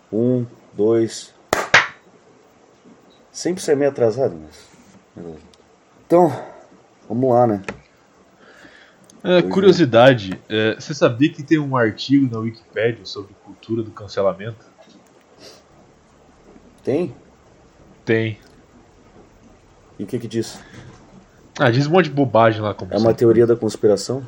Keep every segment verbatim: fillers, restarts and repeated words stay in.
Um, dois. Sempre sai meio atrasado, mas. Então, vamos lá, né? É, curiosidade, é, você sabia que tem um artigo na Wikipédia sobre cultura do cancelamento? Tem? Tem. E o que que diz? Ah, diz um monte de bobagem lá. Como É uma teoria da conspiração?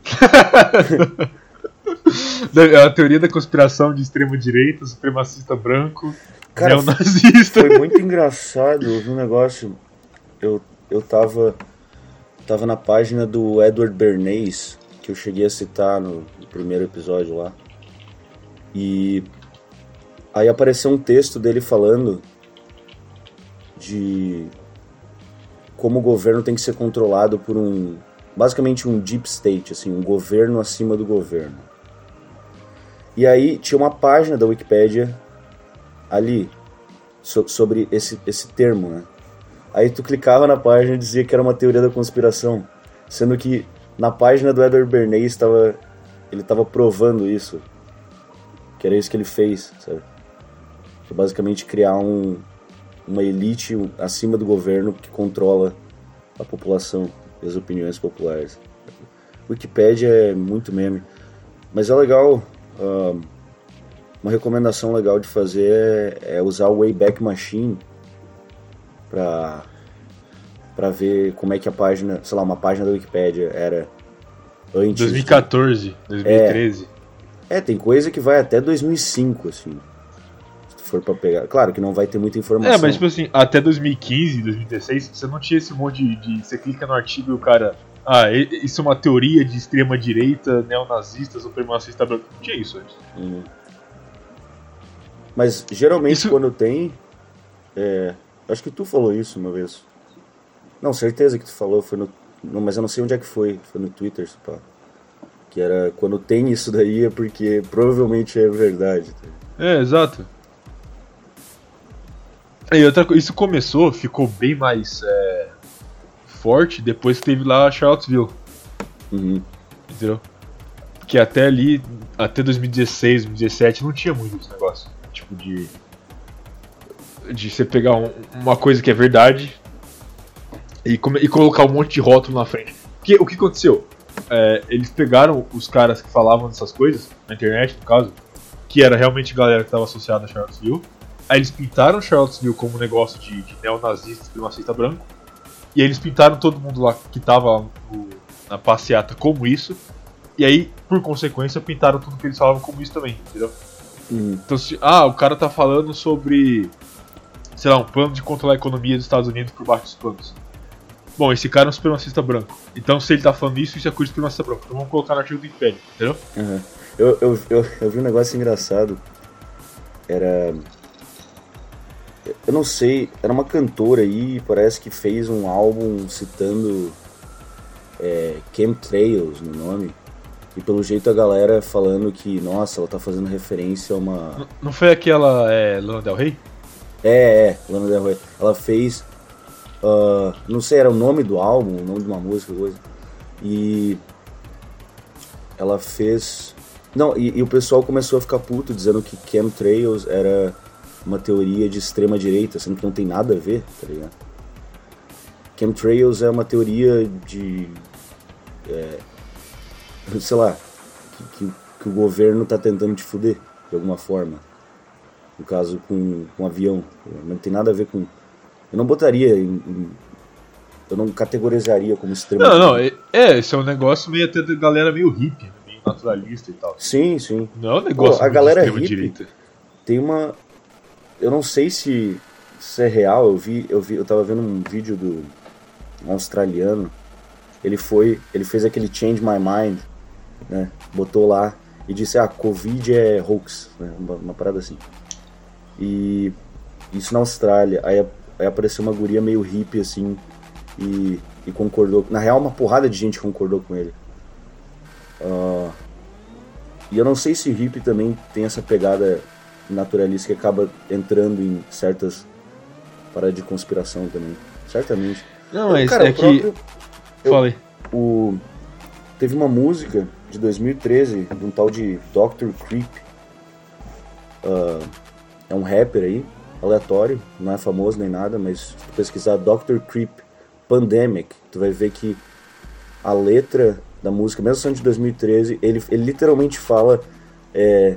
É a teoria da conspiração de extrema-direita, supremacista branco, Cara, neonazista. Foi muito engraçado, eu vi um negócio. Eu, eu tava, tava na página do Edward Bernays, que eu cheguei a citar no, no primeiro episódio lá. E aí apareceu um texto dele falando de como o governo tem que ser controlado por um, basicamente um deep state, assim, um governo acima do governo. E aí tinha uma página da Wikipédia ali so, sobre esse, esse termo, né? Aí tu clicava na página e dizia que era uma teoria da conspiração, sendo que na página do Edward Bernays tava, ele estava provando isso, que era isso que ele fez, sabe? Que é basicamente criar um, uma elite acima do governo que controla a população e as opiniões populares. Wikipédia é muito meme, mas é legal. Uh, uma recomendação legal de fazer é, é usar o Wayback Machine pra, pra ver como é que a página, sei lá, uma página da Wikipédia era antes. dois mil e quatorze, dois mil e treze. É, é, tem coisa que vai até dois mil e cinco, assim. Se tu for pra pegar. Claro que não vai ter muita informação. É, mas tipo assim, até dois mil e quinze, dois mil e dezesseis, você não tinha esse monte de, de. Você clica no artigo e o cara. Ah, isso é uma teoria de extrema-direita, neonazista, supremacista branco. Não tinha isso antes. Uhum. Mas geralmente isso... quando tem. É, acho que tu falou isso uma vez. Não, certeza que tu falou, foi no. Não, mas eu não sei onde é que foi. Foi no Twitter, pá. Que era quando tem isso daí é porque provavelmente é verdade. É, exato. E outra coisa, isso começou, ficou bem mais é, forte depois que teve lá a Charlottesville. Uhum. Entendeu? Porque até ali, até dois mil e dezesseis, dois mil e dezessete, não tinha muito esse negócio. Tipo de. De você pegar um, uma coisa que é verdade e, come, e colocar um monte de rótulo na frente. Porque o que aconteceu? É, eles pegaram os caras que falavam dessas coisas, na internet no caso, que era realmente galera que estava associada a Charlottesville. Aí eles pintaram Charlottesville como um negócio de, de neonazista, supremacista branco. E aí eles pintaram todo mundo lá que tava no, na passeata como isso. E aí, por consequência, pintaram tudo que eles falavam como isso também, entendeu? Uhum. Então, se, ah, o cara tá falando sobre, sei lá, um plano de controlar a economia dos Estados Unidos por baixo dos panos. Bom, esse cara é um supremacista branco. Então, se ele tá falando isso, isso é coisa de supremacista branco. Então vamos colocar no artigo do Império, entendeu? Uhum. Eu, eu, eu, eu vi um negócio engraçado. Era... Eu não sei, era uma cantora aí, parece que fez um álbum citando é, Chemtrails no nome. E pelo jeito a galera falando que, nossa, ela tá fazendo referência a uma... Não, não foi aquela é, Lana Del Rey? É, é, Lana Del Rey. Ela fez, uh, não sei, era o nome do álbum, o nome de uma música, coisa. E ela fez... Não, e, e o pessoal começou a ficar puto, dizendo que Chemtrails era uma teoria de extrema direita, sendo que não tem nada a ver, tá ligado? Chemtrails é uma teoria de... É, sei lá, que, que, que o governo tá tentando te fuder, de alguma forma. No caso, com, com um avião. Não tem nada a ver com... Eu não botaria em... em eu não categorizaria como extrema Não, não, é, é, esse é um negócio meio até da galera meio hippie, meio naturalista e tal. Sim, sim. Não é um negócio Pô, a galera de extrema hippie direita. Tem uma... Eu não sei se, se é real, eu vi, eu vi, eu tava vendo um vídeo do um australiano. Ele foi, ele fez aquele Change My Mind, né? Botou lá e disse, ah, Covid é hoax, né? Uma, uma parada assim. E isso na Austrália. Aí, aí apareceu uma guria meio hippie assim e, e concordou. Na real, uma porrada de gente concordou com ele. Uh, e eu não sei se hippie também tem essa pegada naturalista que acaba entrando em certas paradas de conspiração também. Certamente. Não, mas cara, é o próprio, que... Falei. O, teve uma música de dois mil e treze de um tal de doutor Creep. Uh, é um rapper aí, aleatório, não é famoso nem nada, mas se tu pesquisar doutor Creep Pandemic, tu vai ver que a letra da música, mesmo sendo de dois mil e treze, ele, ele literalmente fala é,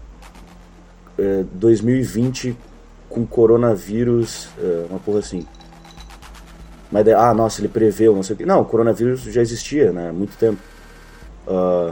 é, dois mil e vinte com coronavírus, é, uma porra assim. Mas, ah, nossa, ele preveu, não sei o que. Não, o coronavírus já existia, né, há muito tempo. Uh,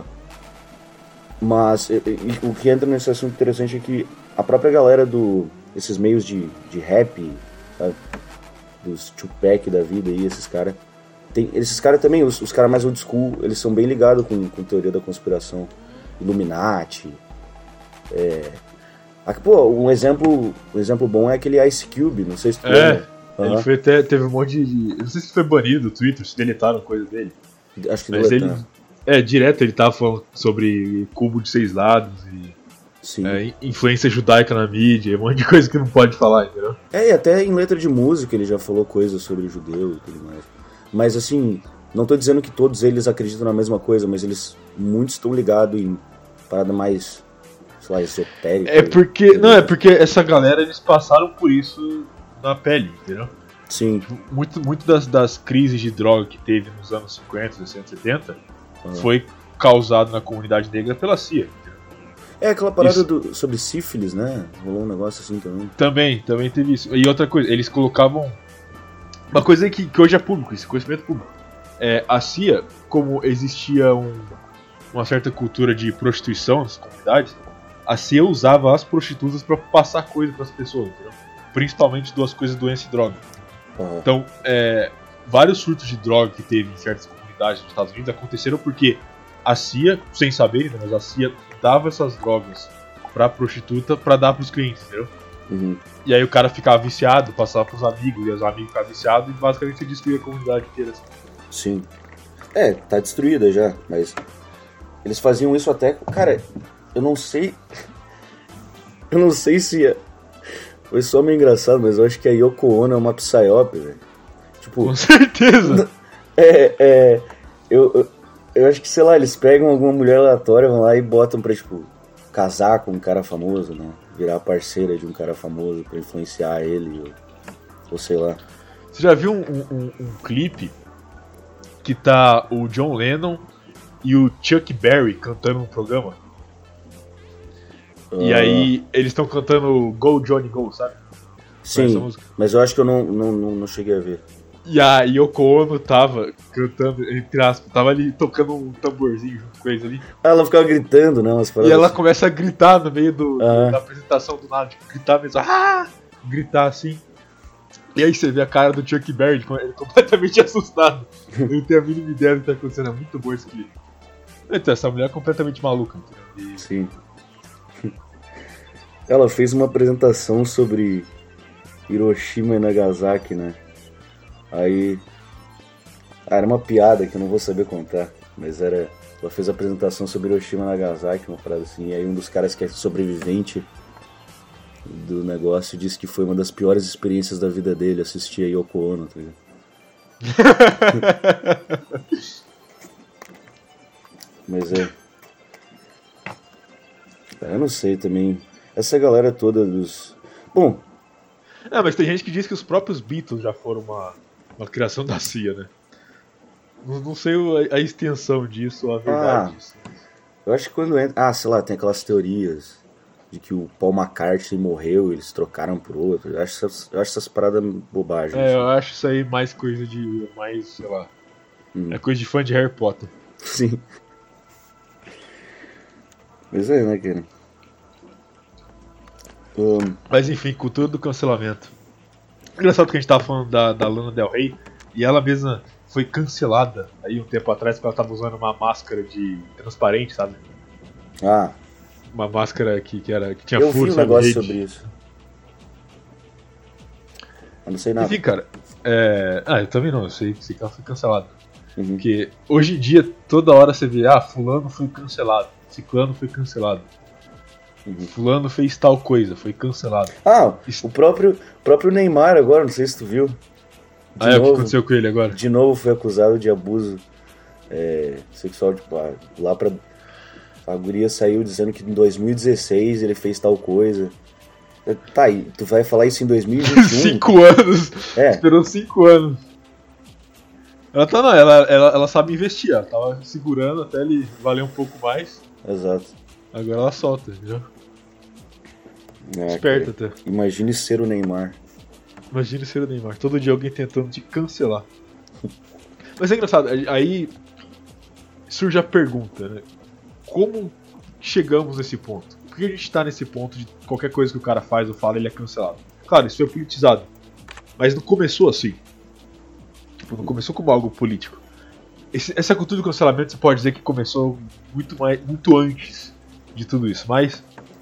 mas e, e, o que entra nesse assunto interessante é que a própria galera do esses meios de, de rap, sabe, dos Tupac da vida aí, esses caras, esses caras também, os, os caras mais old school, eles são bem ligados com, com teoria da conspiração, Illuminati. É, aqui, pô, um exemplo, um exemplo bom é aquele Ice Cube, não sei se tu é, lembra. Ele uhum. foi até, teve um monte de, eu não sei se foi banido do Twitter, se deletaram coisa dele. Acho que mas deletaram. ele, é, direto ele tava falando sobre cubo de seis lados e é, influência judaica na mídia, um monte de coisa que não pode falar, entendeu? É, e até em letra de música ele já falou coisas sobre judeu e tudo mais. Mas assim, não tô dizendo que todos eles acreditam na mesma coisa, mas eles, muitos estão ligados em parada mais, sei lá, esotérica. É porque, não, é porque essa galera, eles passaram por isso na pele, entendeu? Sim. Muito, muito das, das crises de droga que teve nos anos cinquenta, sessenta, setenta uhum. foi causado na comunidade negra pela C I A. É, aquela parada do, sobre sífilis, né? Rolou um negócio assim também. Também, também teve isso. E outra coisa, eles colocavam... Uma coisa que, que hoje é público, esse conhecimento público. É, a C I A, como existia um, uma certa cultura de prostituição nas comunidades, a C I A usava as prostitutas para passar coisa para as pessoas, entendeu? Principalmente duas coisas, doença e droga. Uhum. Então, é, vários surtos de droga que teve em certas comunidades dos Estados Unidos aconteceram porque a C I A, sem saber, mas a C I A dava essas drogas pra prostituta pra dar pros clientes, entendeu? Uhum. E aí o cara ficava viciado, passava pros amigos, e os amigos ficavam viciados, e basicamente você destruía a comunidade inteira. Assim. Sim. É, tá destruída já, mas eles faziam isso até... Cara, eu não sei... Eu não sei se... É... Foi só meio engraçado, mas eu acho que a Yoko Ono é uma psyop, velho. Tipo... Com certeza! É, é... Eu... eu... Eu acho que, sei lá, eles pegam alguma mulher aleatória, vão lá e botam pra, tipo, casar com um cara famoso, né? Virar parceira de um cara famoso pra influenciar ele, ou, ou sei lá. Você já viu um, um, um clipe que tá o John Lennon e o Chuck Berry cantando num programa? Uh... E aí eles estão cantando Go Johnny Go, sabe? Sim, mas eu acho que eu não, não, não, não cheguei a ver. E a Yoko Ono tava cantando, entre aspas, tava ali tocando um tamborzinho junto com eles ali. Ela ficava gritando, né? Umas e ela assim. Começa a gritar no meio do, ah. da apresentação do nada, tipo, gritar mesmo, ah! Gritar assim. E aí você vê a cara do Chuck Berry, ele completamente assustado. Ele tem a mínima ideia do que tá acontecendo, é muito bom esse clipe. Então, essa mulher é completamente maluca. E... Sim. Ela fez uma apresentação sobre Hiroshima e Nagasaki, né? Aí, ah, era uma piada que eu não vou saber contar, mas era, ela fez a apresentação sobre Hiroshima e Nagasaki, uma parada assim, e aí um dos caras que é sobrevivente do negócio disse que foi uma das piores experiências da vida dele, assistir a Yoko Ono, tá ligado? Mas é, eu não sei também, essa galera toda dos, bom... É, mas tem gente que diz que os próprios Beatles já foram uma... uma criação da C I A, né? Não, não sei a, a extensão disso, a verdade ah, disso. Eu acho que quando entra... Ah, sei lá, tem aquelas teorias de que o Paul McCartney morreu e eles trocaram por outro. Eu acho essas, eu acho essas paradas bobagens. É, assim. Eu acho isso aí mais coisa de... mais, sei lá... Hum. É coisa de fã de Harry Potter. Sim. Mas é, né, cara? Um... Mas enfim, cultura do cancelamento. Engraçado que a gente tava falando da, da Lana Del Rey e ela mesma foi cancelada aí um tempo atrás porque ela tava usando uma máscara de transparente, sabe? Ah. Uma máscara que, que, era, que tinha eu furo, vi um sabe? negócio sobre isso. Eu não sei nada. Enfim, cara. É... Ah, eu também não, eu sei, sei que ela foi cancelada. Uhum. Porque hoje em dia, toda hora você vê, ah, fulano foi cancelado, ciclano foi cancelado. Uhum. Fulano fez tal coisa, foi cancelado. Ah, o próprio, próprio Neymar agora, não sei se tu viu. De ah, é o que aconteceu com ele agora? De novo foi acusado de abuso é, sexual, tipo, lá pra... A guria saiu dizendo que em dois mil e dezesseis ele fez tal coisa. Tá, aí, tu vai falar isso em dois mil e vinte e um? Cinco anos. É. Esperou cinco anos. Ela tá, não, ela, ela, ela sabe investir, ela tava segurando até ele valer um pouco mais. Exato. Agora ela solta, entendeu? É, Esperta cara, até. imagine ser o Neymar. Imagina ser o Neymar, todo dia alguém tentando te cancelar. Mas é engraçado, aí surge a pergunta, né? Como chegamos nesse ponto? Por que a gente tá nesse ponto de qualquer coisa que o cara faz ou fala, ele é cancelado? Claro, isso é politizado, mas não começou assim. Tipo, não começou como algo político. Esse, essa cultura do cancelamento você pode dizer que começou muito, mais, muito antes de tudo isso, mas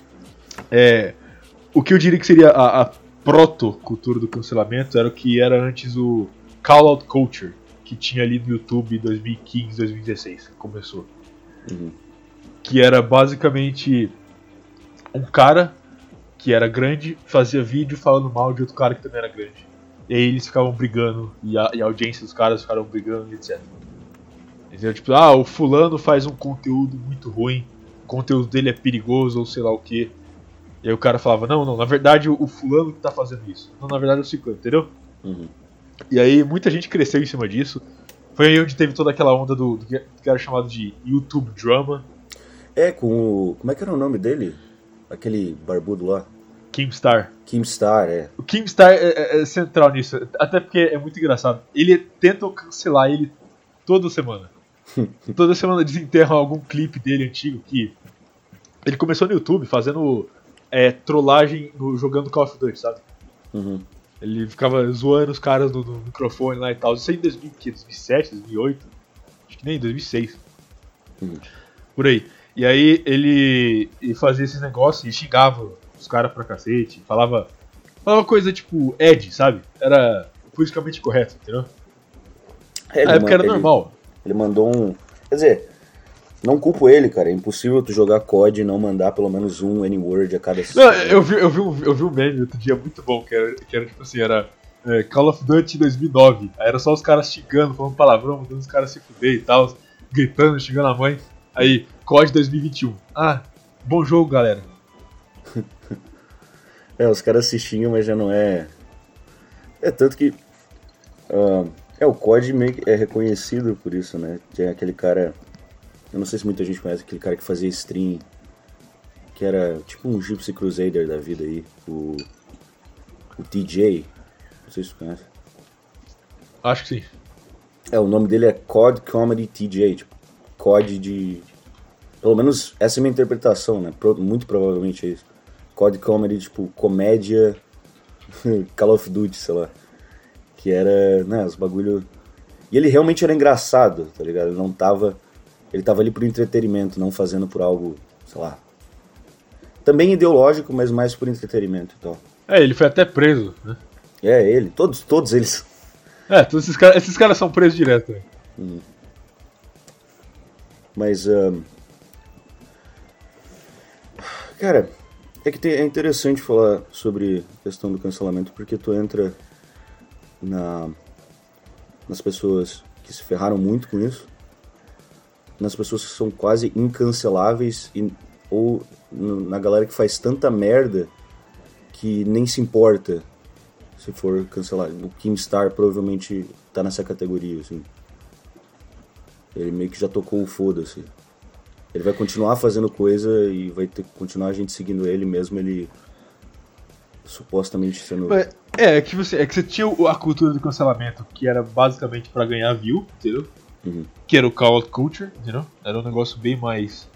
é, o que eu diria que seria a, a proto-cultura do cancelamento era o que era antes o call-out culture, que tinha ali no YouTube em dois mil e quinze, dois mil e dezesseis, que começou. Uhum. Que era basicamente um cara que era grande, fazia vídeo falando mal de outro cara que também era grande. E aí eles ficavam brigando, e a, e a audiência dos caras ficaram brigando, etcétera. Entendeu? Tipo, ah, o fulano faz um conteúdo muito ruim, o conteúdo dele é perigoso, ou sei lá o que. E aí o cara falava, não, não, na verdade o, o fulano que tá fazendo isso. Não, na verdade é o ciclano, entendeu? Uhum. E aí muita gente cresceu em cima disso. Foi aí onde teve toda aquela onda do, do que era chamado de YouTube Drama. É, com o... Como é que era o nome dele? Aquele barbudo lá? Keemstar. Keemstar, é. O Keemstar é, é, é central nisso, até porque é muito engraçado. Ele tenta cancelar ele toda semana. Toda semana desenterram algum clipe dele antigo que... Ele começou no YouTube fazendo é, trollagem no, jogando Call of Duty, sabe? Uhum. Ele ficava zoando os caras do, do microfone lá e tal. Isso aí em dois mil e sete, dois mil e oito, acho que nem dois mil e seis. Uhum. Por aí. E aí ele, ele fazia esses negócios e xingava os caras pra cacete. Falava, falava coisa tipo Ed, sabe? Era politicamente correto, entendeu? É, Na época era ele, normal. Ele mandou um... Quer dizer, não culpo ele, cara. É impossível tu jogar C O D e não mandar pelo menos um N-word a cada... Não, eu vi, eu, vi um, eu vi um meme outro dia muito bom, que era, que era tipo assim, era é, Call of Duty dois mil e nove. Aí era só os caras xingando, falando palavrão, mandando os caras se fuder e tal, gritando, xingando a mãe. Aí, C O D dois mil e vinte e um. Ah, bom jogo, galera. É, os caras se xingam, mas já não é... É tanto que... Uh, é, o C O D meio que é reconhecido por isso, né? Tem aquele cara... Eu não sei se muita gente conhece aquele cara que fazia stream, que era tipo um Gypsy Crusader da vida aí, o, o T J, não sei se tu conhece. Acho que sim. É, o nome dele é C O D Comedy T J, tipo, C O D de... Pelo menos essa é a minha interpretação, né? Pro, muito provavelmente é isso. C O D Comedy, tipo, comédia, Call of Duty, sei lá. Que era, né, os bagulho... E ele realmente era engraçado, tá ligado? Ele não tava... Ele tava ali por entretenimento, não fazendo por algo, sei lá... Também ideológico, mas mais por entretenimento e tal. É, ele foi até preso, né? É, ele. Todos, todos eles. É, todos esses caras, esses caras são presos direto, né? Hum. Mas, um... cara, é que tem, é interessante falar sobre a questão do cancelamento, porque tu entra na, nas pessoas que se ferraram muito com isso, nas pessoas que são quase incanceláveis, e, ou na galera que faz tanta merda que nem se importa se for cancelado. O Keemstar provavelmente tá nessa categoria, assim. Ele meio que já tocou o foda-se. Ele vai continuar fazendo coisa e vai ter que continuar a gente seguindo ele, mesmo ele supostamente sendo... É, é que você, é que você tinha a cultura do cancelamento, que era basicamente pra ganhar view, entendeu? Uhum. Que era o call out culture, entendeu? Era um negócio bem mais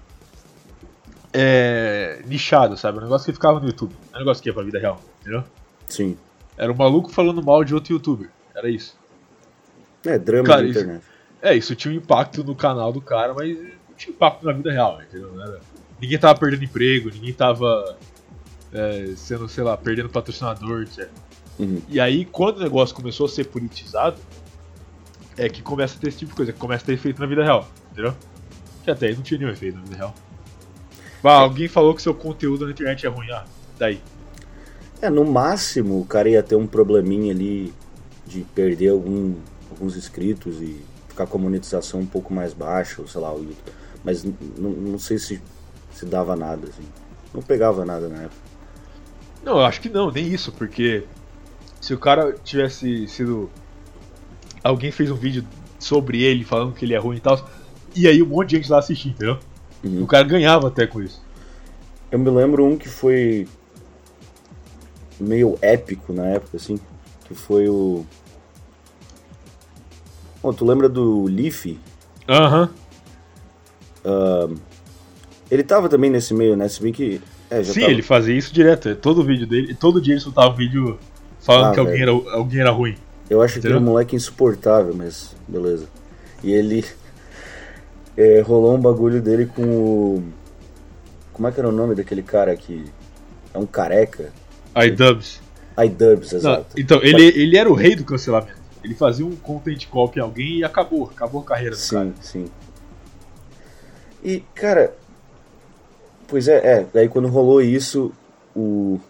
é, nichado, sabe? Um negócio que ficava no YouTube. Não é um negócio que ia pra vida real, entendeu? Sim. Era um maluco falando mal de outro youtuber. Era isso. É, drama Cara, na isso, internet. É, isso tinha um impacto no canal do cara, mas não tinha impacto na vida real, entendeu? Não era, ninguém tava perdendo emprego, ninguém tava é, sendo, sei lá, perdendo patrocinador, etcétera. Uhum. E aí, quando o negócio começou a ser politizado, é que começa a ter esse tipo de coisa, que começa a ter efeito na vida real, entendeu? Que até aí não tinha nenhum efeito na vida real. Ah, alguém falou que seu conteúdo na internet é ruim, ah, daí. É, no máximo o cara ia ter um probleminha ali de perder algum, alguns inscritos e ficar com a monetização um pouco mais baixa, ou sei lá, mas não, não sei se, se dava nada, assim. Não pegava nada na época. Não, eu acho que não, nem isso, porque se o cara tivesse sido. Alguém fez um vídeo sobre ele falando que ele é ruim e tal, e aí um monte de gente lá assistia, entendeu? Uhum. O cara ganhava até com isso. Eu me lembro um que foi meio épico na época, assim, que foi o... Bom, tu lembra do Leafy? Aham. Uh, ele tava também nesse meio, né? Se bem que... É, já Sim, tava... ele fazia isso direto. Todo vídeo dele, todo dia ele soltava um vídeo falando Ah, que alguém era, velho. alguém era ruim. Eu acho Entendeu? aquele moleque insuportável, mas beleza. E ele... É, rolou um bagulho dele com o... Como é que era o nome daquele cara que... É um careca? iDubbbz. iDubbbz, Não, exato. então, ele, ele era o rei do cancelamento. Ele fazia um content copy em alguém e acabou. Acabou a carreira do Sim, cara. sim. E, cara... Pois é, é. Daí quando rolou isso, o...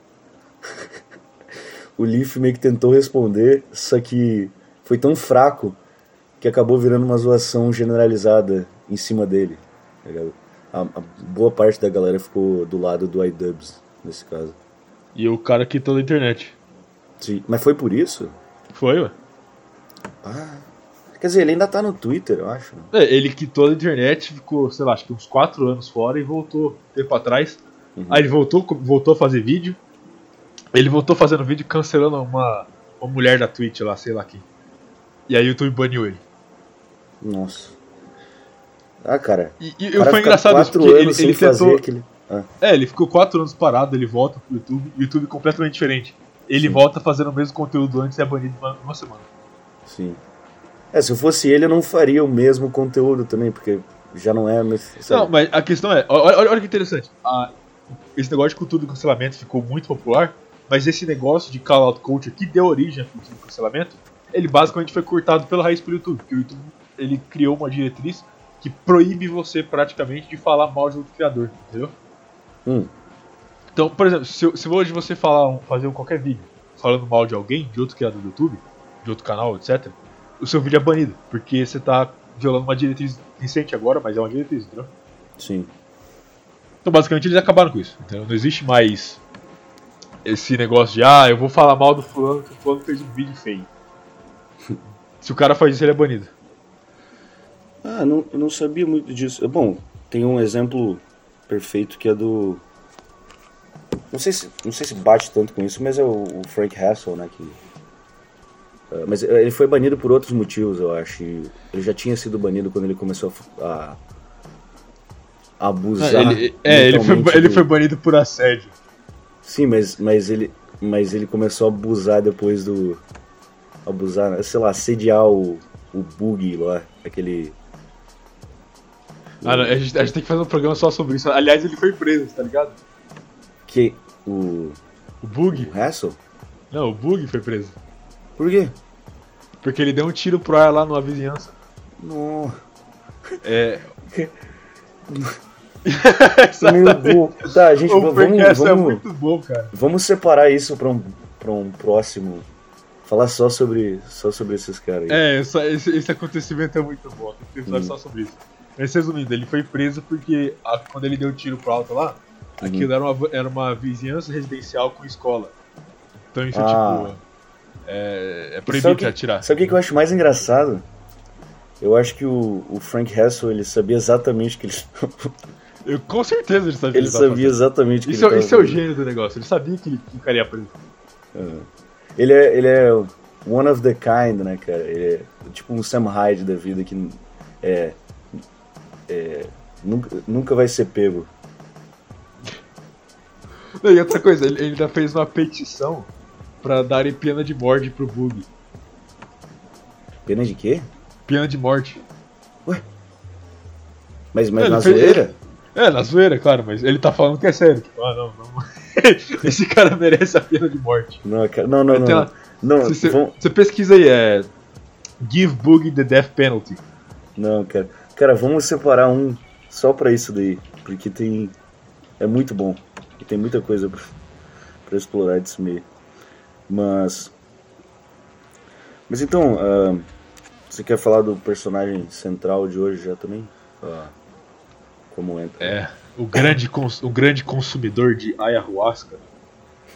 o Leaf meio que tentou responder, só que foi tão fraco que acabou virando uma zoação generalizada em cima dele. Tá ligado? A, a boa parte da galera ficou do lado do iDubbbz, nesse caso. E o cara quitou da internet. Sim. Mas foi por isso? Foi, ué. Ah, quer dizer, ele ainda tá no Twitter, eu acho. É, ele quitou da internet, ficou, sei lá, acho que uns quatro anos fora e voltou tempo atrás. Uhum. Aí ele voltou, voltou a fazer vídeo. Ele voltou fazendo vídeo cancelando uma, uma mulher da Twitch lá, sei lá quem. E aí o YouTube baniu ele. Nossa. Ah, cara. E, e o cara foi fica engraçado isso, quatro porque anos ele, sem ele fazer tentou... aquele... Ah. É, ele ficou quatro anos parado, ele volta pro YouTube, o YouTube completamente diferente. Ele Sim. volta fazendo o mesmo conteúdo antes e é banido em uma, uma semana. Sim. É, se eu fosse ele, eu não faria o mesmo conteúdo também, porque já não é... Sabe? Não, mas a questão é, olha, olha, olha que interessante. A, esse negócio de cultura do cancelamento ficou muito popular, mas esse negócio de call-out culture que deu origem à cultura do cancelamento, ele basicamente foi cortado pela raiz pelo YouTube, porque o YouTube ele criou uma diretriz que proíbe você praticamente de falar mal de outro criador, entendeu? Hum. Então, por exemplo, se, se hoje você falar, um- fazer um qualquer vídeo falando mal de alguém, de outro criador do YouTube, de outro canal, etcétera, o seu vídeo é banido, porque você tá violando uma diretriz recente agora, mas é uma diretriz, entendeu? Sim. Então, basicamente, eles acabaram com isso. Entendeu? Não existe mais esse negócio de, ah, eu vou falar mal do fulano, que o fulano fez um vídeo feio. Se o cara faz isso, ele é banido. Ah, não, eu não sabia muito disso. Bom, tem um exemplo perfeito que é do... Não sei se, não sei se bate tanto com isso, mas é o, o Frank Hassel, né, que... Uh, mas ele foi banido por outros motivos, eu acho. E ele já tinha sido banido quando ele começou a, a abusar. Ah, ele, é, ele foi, ele do... foi banido por assédio. Sim, mas, mas, ele, mas ele começou a abusar depois do... Abusar, sei lá, assediar o, o Bug lá, aquele... Ah, não, a, gente, a gente tem que fazer um programa só sobre isso. Aliás, ele foi preso, tá ligado? Que... O... O Bug? O Hassel? Não, o Bug foi preso. Por quê? Porque ele deu um tiro pro ar lá numa vizinhança. Não... É... Meu Deus. Tá, gente, o vamos, Frank Hassel vamos, é muito bom, cara. vamos separar isso pra um, pra um próximo. Falar só sobre, só sobre esses caras aí. É, essa, esse, esse acontecimento é muito bom. Tem que episódio Hum. só sobre isso. Mas resumindo, ele foi preso porque a- quando ele deu um tiro pro alto lá, Uhum. aquilo era uma, era uma vizinhança residencial com escola. Então isso Ah. é tipo. É, é Sabe proibido o que- atirar. Sabe o que que eu acho mais engraçado? Eu acho que o, o Frank Hassel, ele sabia exatamente o que ele... Eu, com certeza ele sabia. ele o que tava sabia fazendo. exatamente o que Isso, ele é- tava isso é o fazendo. gênio do negócio. Ele sabia que ele que o cara ia preso. Ele é, ele é one of the kind, né, cara? Ele é tipo um Sam Hyde da vida que é, é, nunca, nunca vai ser pego. Não, e outra coisa, ele, ele ainda fez uma petição pra darem pena de morte pro Bug. Pena de quê? Pena de morte. Mas, mas Ele na fez- zoeira? É, na zoeira, claro, mas ele tá falando que é sério. Tipo, ah, não, não. Esse cara merece a pena de morte. Não, cara, não, não, não. Tem Não, uma- não, Você vamos- pesquisa aí, é. Give Boogie the Death Penalty. não, cara. Cara, vamos separar um só pra isso daí. Porque tem... É muito bom. E tem muita coisa pra, pra explorar desse meio. Mas... Mas então, ah, você quer falar do personagem central de hoje já também? Ah, como entra? É. O grande, cons- o grande consumidor de ayahuasca.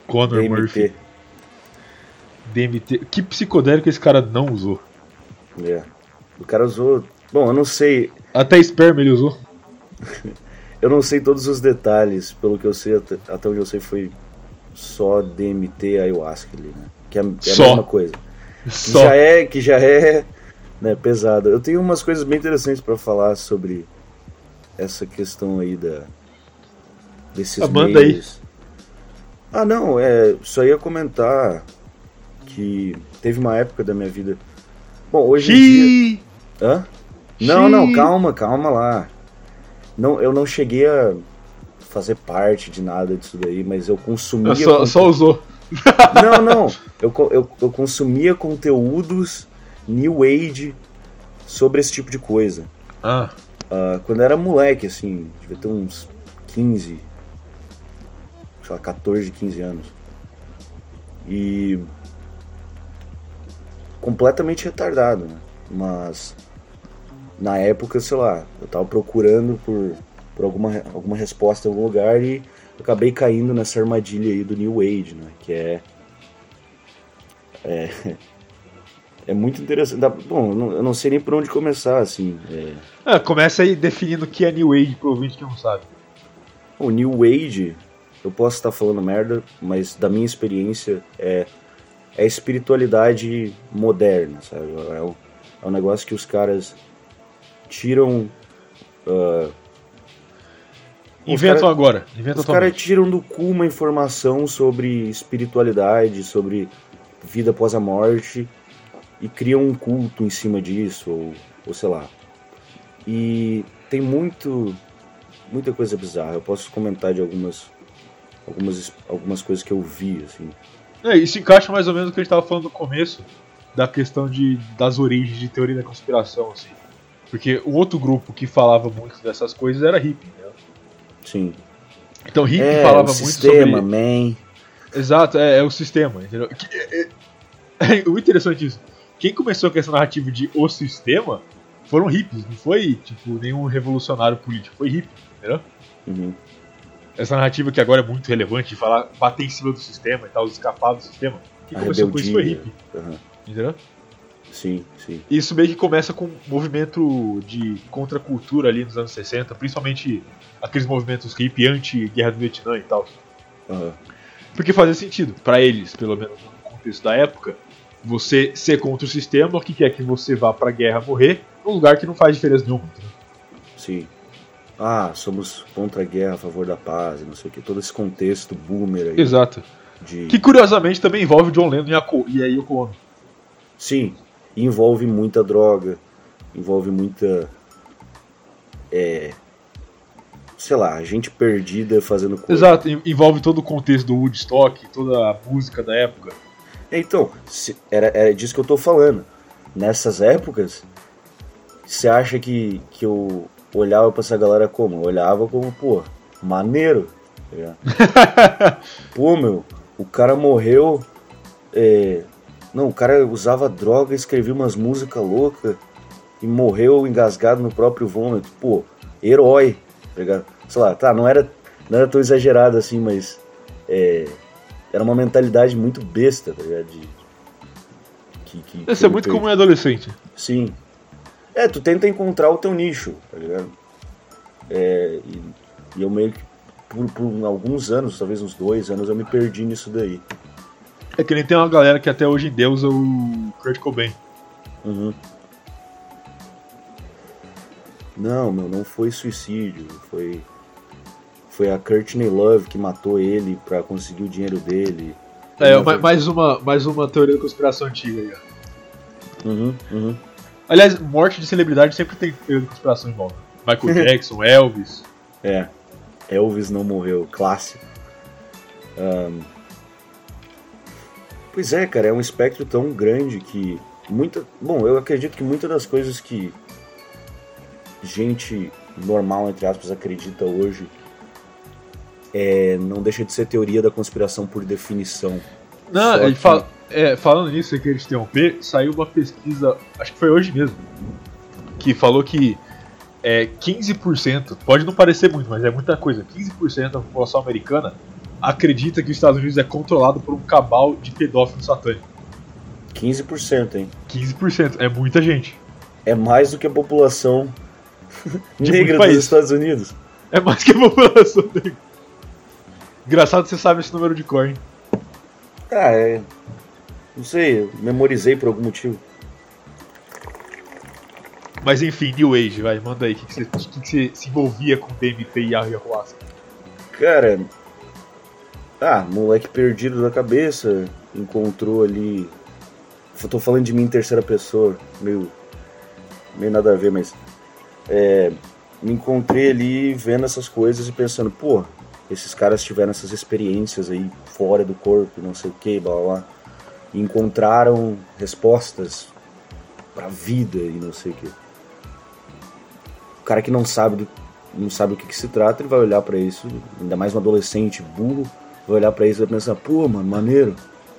Connor D M T. Murphy. D M T. Que psicodélico esse cara não usou? É. O cara usou... Bom, eu não sei... Até esperma ele usou. Eu não sei todos os detalhes. Pelo que eu sei, até, até onde eu sei foi só D M T e ayahuasca ali, né? Que é, é a Só. mesma coisa. Que Só. já é, que já é né, pesado. Eu tenho umas coisas bem interessantes pra falar sobre essa questão aí da... Desses Ah, manda meios. Ah, não, é, só ia comentar que teve uma época da minha vida... Bom, hoje em dia... Hã? Não, não, calma, calma lá. Não, eu não cheguei a fazer parte de nada disso daí, mas eu consumia... Só, conte... só usou. Não, não, eu, eu, eu consumia conteúdos New Age sobre esse tipo de coisa. Ah. Uh, quando eu era moleque, assim, devia ter uns quinze, sei lá, catorze, quinze anos. E... completamente retardado, né? Mas... na época, sei lá, eu tava procurando por, por alguma, alguma resposta em algum lugar e eu acabei caindo nessa armadilha aí do New Age, né? Que é... É, é muito interessante. Bom, eu não, eu não sei nem por onde começar, assim. É... Ah, começa aí definindo o que é New Age pro ouvinte que não sabe. O New Age, eu posso estar falando merda, mas da minha experiência é, é espiritualidade moderna, sabe? É um, é um negócio que os caras... tiram... Uh, Inventam cara, agora. Inventam os caras tiram do cu uma informação sobre espiritualidade, sobre vida após a morte e criam um culto em cima disso, ou, ou sei lá. E tem muito, muita coisa bizarra. Eu posso comentar de algumas, algumas, algumas coisas que eu vi, assim. É, isso encaixa mais ou menos no que a gente estava falando no começo, da questão de, das origens de teoria da conspiração, assim. Porque o outro grupo que falava muito dessas coisas era hippie, né? Sim. Então hippie é, falava o muito sistema, sobre... man. Exato, é, é o sistema, entendeu? É, é, é, o interessante é isso. Quem começou com essa narrativa de o sistema foram hippies, não foi tipo nenhum revolucionário político, foi hippie, entendeu? Uhum. Essa narrativa que agora é muito relevante de falar, bater em cima do sistema e tal, escapar do sistema. Quem A começou rebeldia. com isso foi hippie, Uhum. entendeu? Sim, sim. Isso meio que começa com um movimento de contracultura ali nos anos sessenta, principalmente aqueles movimentos hippie anti-guerra do Vietnã e tal. Uhum. Porque fazia sentido, pra eles, pelo menos no contexto da época, você ser contra o sistema, o que quer que você vá pra guerra morrer, num lugar que não faz diferença nenhuma. Entendeu? Sim. Ah, somos contra a guerra, a favor da paz, não sei o que. Todo esse contexto boomer aí. Exato. De... Que curiosamente também envolve John Lennon e a, Co- e a Yoko Ono. Sim. Envolve muita droga, envolve muita, é, sei lá, gente perdida fazendo coisa. Exato, envolve todo o contexto do Woodstock, toda a música da época. Então, se, era, era disso que eu tô falando. Nessas épocas, você acha que, que eu olhava pra essa galera como? Eu olhava como, pô, maneiro. Tá pô, meu, o cara morreu... É, Não, o cara usava droga, escrevia umas músicas loucas e morreu engasgado no próprio vômito. Pô, herói, tá ligado? Sei lá, tá, não era, não era tão exagerado assim, mas é, era uma mentalidade muito besta, tá ligado? De, que, que, Isso é muito comum em adolescente. Sim. É, tu tenta encontrar o teu nicho, tá ligado? É, e, e eu meio que, por, por alguns anos, talvez uns dois anos, eu me perdi nisso daí. É que nem tem uma galera que até hoje endeusa o Kurt Cobain. Uhum. Não, meu, não foi suicídio. Foi, foi a Courtney Love que matou ele pra conseguir o dinheiro dele. É, ma- mais uma, mais uma teoria da conspiração antiga aí, ó. Uhum, uhum. Aliás, morte de celebridade sempre tem teoria da conspiração em volta. Michael Jackson, Elvis. É, Elvis não morreu, clássico. Um, pois é, cara, é um espectro tão grande que muita, bom, eu acredito que muitas das coisas que gente normal, entre aspas, acredita hoje é, não deixa de ser teoria da conspiração por definição. Não, Só ele que- fala, é, falando nisso, eu queria te interromper, saiu uma pesquisa, acho que foi hoje mesmo, que falou que é, quinze por cento, pode não parecer muito, mas é muita coisa, quinze por cento da população americana acredita que os Estados Unidos é controlado por um cabal de pedófilos satânicos. quinze por cento, hein? quinze por cento, é muita gente. É mais do que a população De negra muito país. dos Estados Unidos. É mais que a população negra. Engraçado que você sabe esse número de cor, hein? Ah, é. Não sei, eu memorizei por algum motivo. Mas enfim, New Age, vai, manda aí. O que, que, você, que, que você se envolvia com D M T e Ayahuasca? Cara. Ah, moleque perdido da cabeça. Encontrou ali. Eu tô falando de mim em terceira pessoa. Meio. Meio nada a ver, mas. É. Me encontrei ali vendo essas coisas e pensando, pô, esses caras tiveram essas experiências aí fora do corpo, não sei o que, blá blá blá. E encontraram respostas pra vida e não sei o que. O cara que não sabe do, não sabe do que, que se trata, ele vai olhar pra isso, ainda mais um adolescente burro, vai olhar pra isso e vai pensar, pô, mano, maneiro.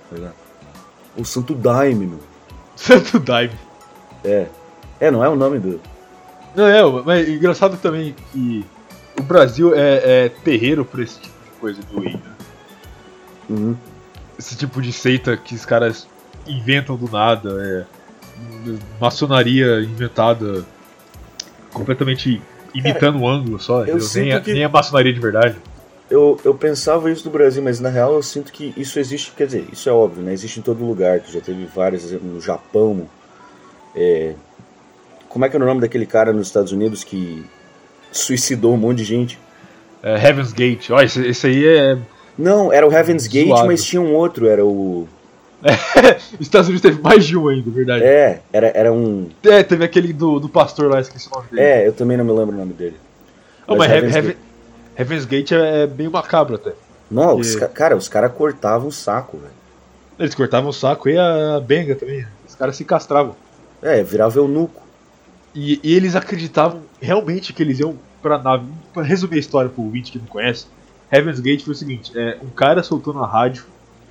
O Santo Daime, meu. Santo Daime. É. É, não é o nome do... Não, é, mas é engraçado também que o Brasil é, é terreiro pra esse tipo de coisa do Age, né? Uhum. Esse tipo de seita que os caras inventam do nada, é maçonaria inventada completamente imitando o ângulo só, eu nem, a, que... nem a maçonaria de verdade. Eu, eu pensava isso no Brasil, mas na real eu sinto que isso existe, quer dizer, isso é óbvio, né? Existe em todo lugar, que já teve várias, no Japão. É... Como é que era o nome daquele cara nos Estados Unidos que suicidou um monte de gente? É, Heaven's Gate, ó, esse, esse aí é... Não, era o Heaven's Gate, zoado. mas tinha um outro, era o... É, os Estados Unidos teve mais de um ainda, verdade. É, era, era um... É, teve aquele do, do pastor lá, esqueci o nome dele. É, eu também não me lembro o nome dele. Oh, mas Heaven's, Heaven, Gate... Heaven's Gate é bem macabro até. Não, porque... os, cara, os caras cortavam o saco, velho. Eles cortavam o saco e a benga também. Os caras se castravam. É, virava eunuco. E, e eles acreditavam realmente que eles iam pra nave. Pra resumir a história pro ouvinte que não conhece, Heaven's Gate foi o seguinte: é, um cara soltou na rádio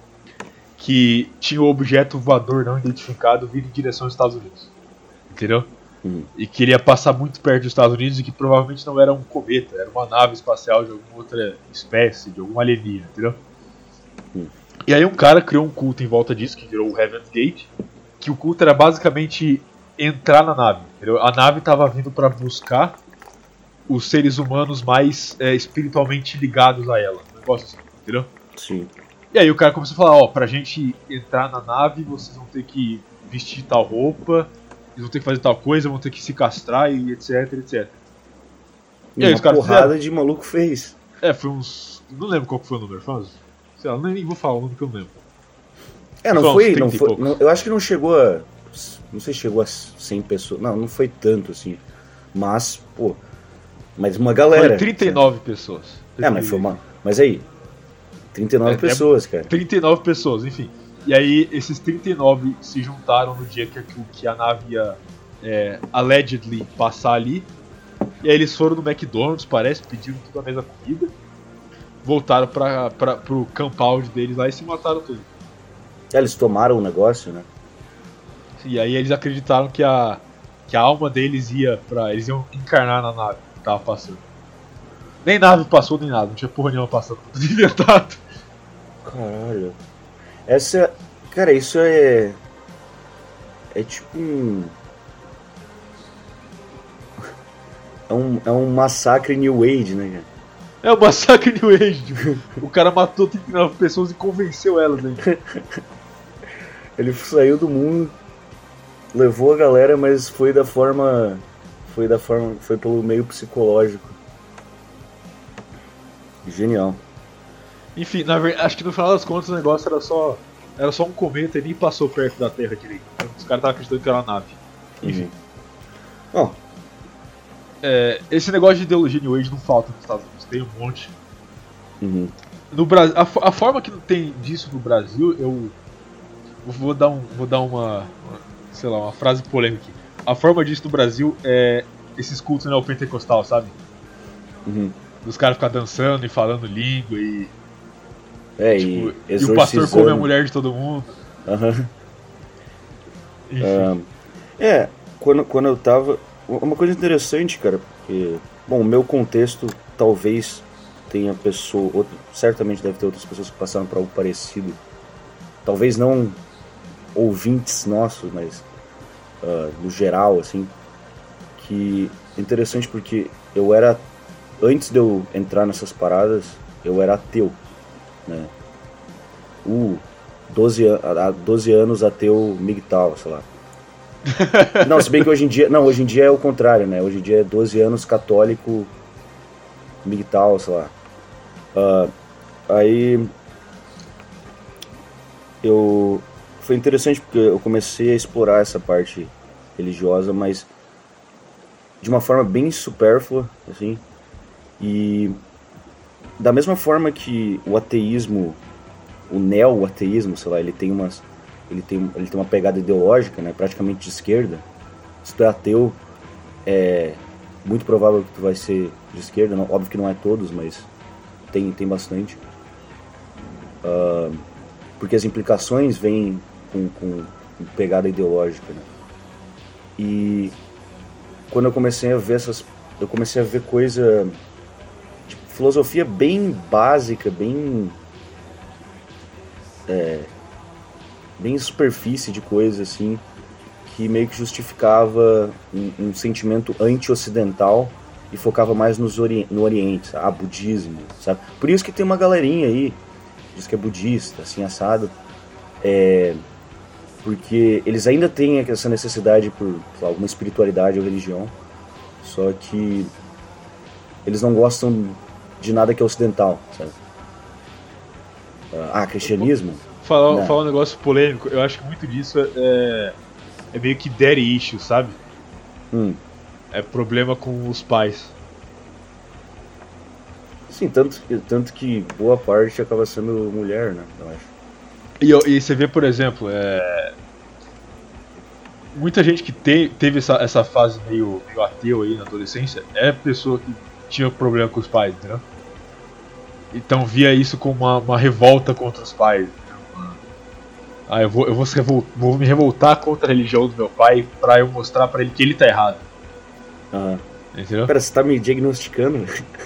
que tinha um objeto voador não identificado vindo em direção aos Estados Unidos. Entendeu? Hum. E que ele ia passar muito perto dos Estados Unidos e que provavelmente não era um cometa, era uma nave espacial de alguma outra espécie, de algum alienígena, entendeu? Hum. E aí um cara criou um culto em volta disso, que virou o Heaven's Gate, que o culto era basicamente entrar na nave, entendeu? A nave estava vindo para buscar os seres humanos mais é, espiritualmente ligados a ela, um negócio assim, entendeu? Sim. E aí o cara começou a falar, ó, pra gente entrar na nave, vocês vão ter que vestir tal roupa, eles vão ter que fazer tal coisa, vão ter que se castrar e etc, etcétera. E, e aí, uma os caras porrada fizeram... de maluco fez. É, foi uns... não lembro qual que foi o número, foi uns... sei lá, nem vou falar o número que eu não lembro. É, não foi, não foi não, eu acho que não chegou a... não sei se chegou a cem pessoas, não, não foi tanto assim, mas, pô, mas uma galera. Foi trinta e nove certo? Pessoas. É, mas foi uma, mas aí, trinta e nove é, pessoas, cara. trinta e nove pessoas, enfim. E aí, esses trinta e nove se juntaram no dia que, que a nave ia, é, allegedly, passar ali. E aí eles foram no McDonald's, parece, pediram tudo a mesma comida. Voltaram pra, pra, pro compound deles lá e se mataram tudo. É, eles tomaram o negócio, né? E aí eles acreditaram que a, que a alma deles ia pra... eles iam encarnar na nave que tava passando. Nem nave passou, nem nada, não tinha porra nenhuma passando, tudo inventado. Caralho. Essa... Cara, isso é... É tipo um... É um, é um massacre New Age, né, cara? É um massacre New Age, tipo, o cara matou trinta e nove pessoas e convenceu elas, né? Ele saiu do mundo, levou a galera, mas foi da forma... Foi da forma... Foi pelo meio psicológico. Genial. Enfim, na verdade, acho que no final das contas o negócio era só... Era só um cometa e nem passou perto da Terra direito. Os caras estavam acreditando que era uma nave. Enfim. Uhum. Oh. É, esse negócio de ideologia New Age não falta nos Estados Unidos, tem um monte. Uhum. No Brasil, a, a forma que tem disso no Brasil, eu vou dar, um, vou dar uma, uma, sei lá, uma frase polêmica aqui. A forma disso no Brasil é esses cultos neopentecostal, sabe? Uhum. Os caras ficam dançando e falando língua e... É, tipo, e, e o pastor come a mulher de todo mundo. Uhum. Enfim. Um, é, quando, quando eu tava... Uma coisa interessante, cara, porque... Bom, o meu contexto talvez tenha pessoa, outro, certamente deve ter outras pessoas que passaram por algo parecido. Talvez não ouvintes nossos, mas uh, no geral, assim, que é interessante porque eu era, antes de eu entrar nessas paradas, eu era ateu, né? Uh, doze, há doze anos ateu migtal, sei lá. Não, se bem que hoje em dia, não, hoje em dia é o contrário, né? Hoje em dia é doze anos católico migtal, sei lá. Uh, aí eu foi interessante porque eu comecei a explorar essa parte religiosa, mas de uma forma bem supérflua, assim. E da mesma forma que o ateísmo, o neo-ateísmo, sei lá, ele tem umas ele tem ele tem uma pegada ideológica, né, praticamente de esquerda. Se tu é ateu, é muito provável que tu vai ser de esquerda, não, óbvio que não é todos, mas tem tem bastante. Uh, porque as implicações vêm com, com pegada ideológica, né? E quando eu comecei a ver essas, eu comecei a ver coisa, tipo, filosofia bem básica, bem é, bem superfície de coisa assim, que meio que justificava um, um sentimento anti-ocidental e focava mais nos ori- no Oriente, ah, budismo, sabe? Por isso que tem uma galerinha aí diz que é budista, assim, assado, é, porque eles ainda têm essa necessidade por sei lá, alguma espiritualidade ou religião, só que eles não gostam de nada que é ocidental, sabe? Ah, cristianismo? Falar, falar um negócio polêmico, eu acho que muito disso é, é meio que daddy issue, sabe? Hum. É problema com os pais. Sim, tanto, tanto que boa parte acaba sendo mulher, né, eu acho. E, e você vê, por exemplo, é... muita gente que te, teve essa, essa fase meio, meio ateu aí na adolescência é pessoa que tinha problema com os pais, entendeu? Então via isso como uma, uma revolta contra os pais. Uma... Ah, eu, vou, eu vou, se revol, vou me revoltar contra a religião do meu pai pra eu mostrar pra ele que ele tá errado. Aham. Entendeu? Pera, você tá me diagnosticando?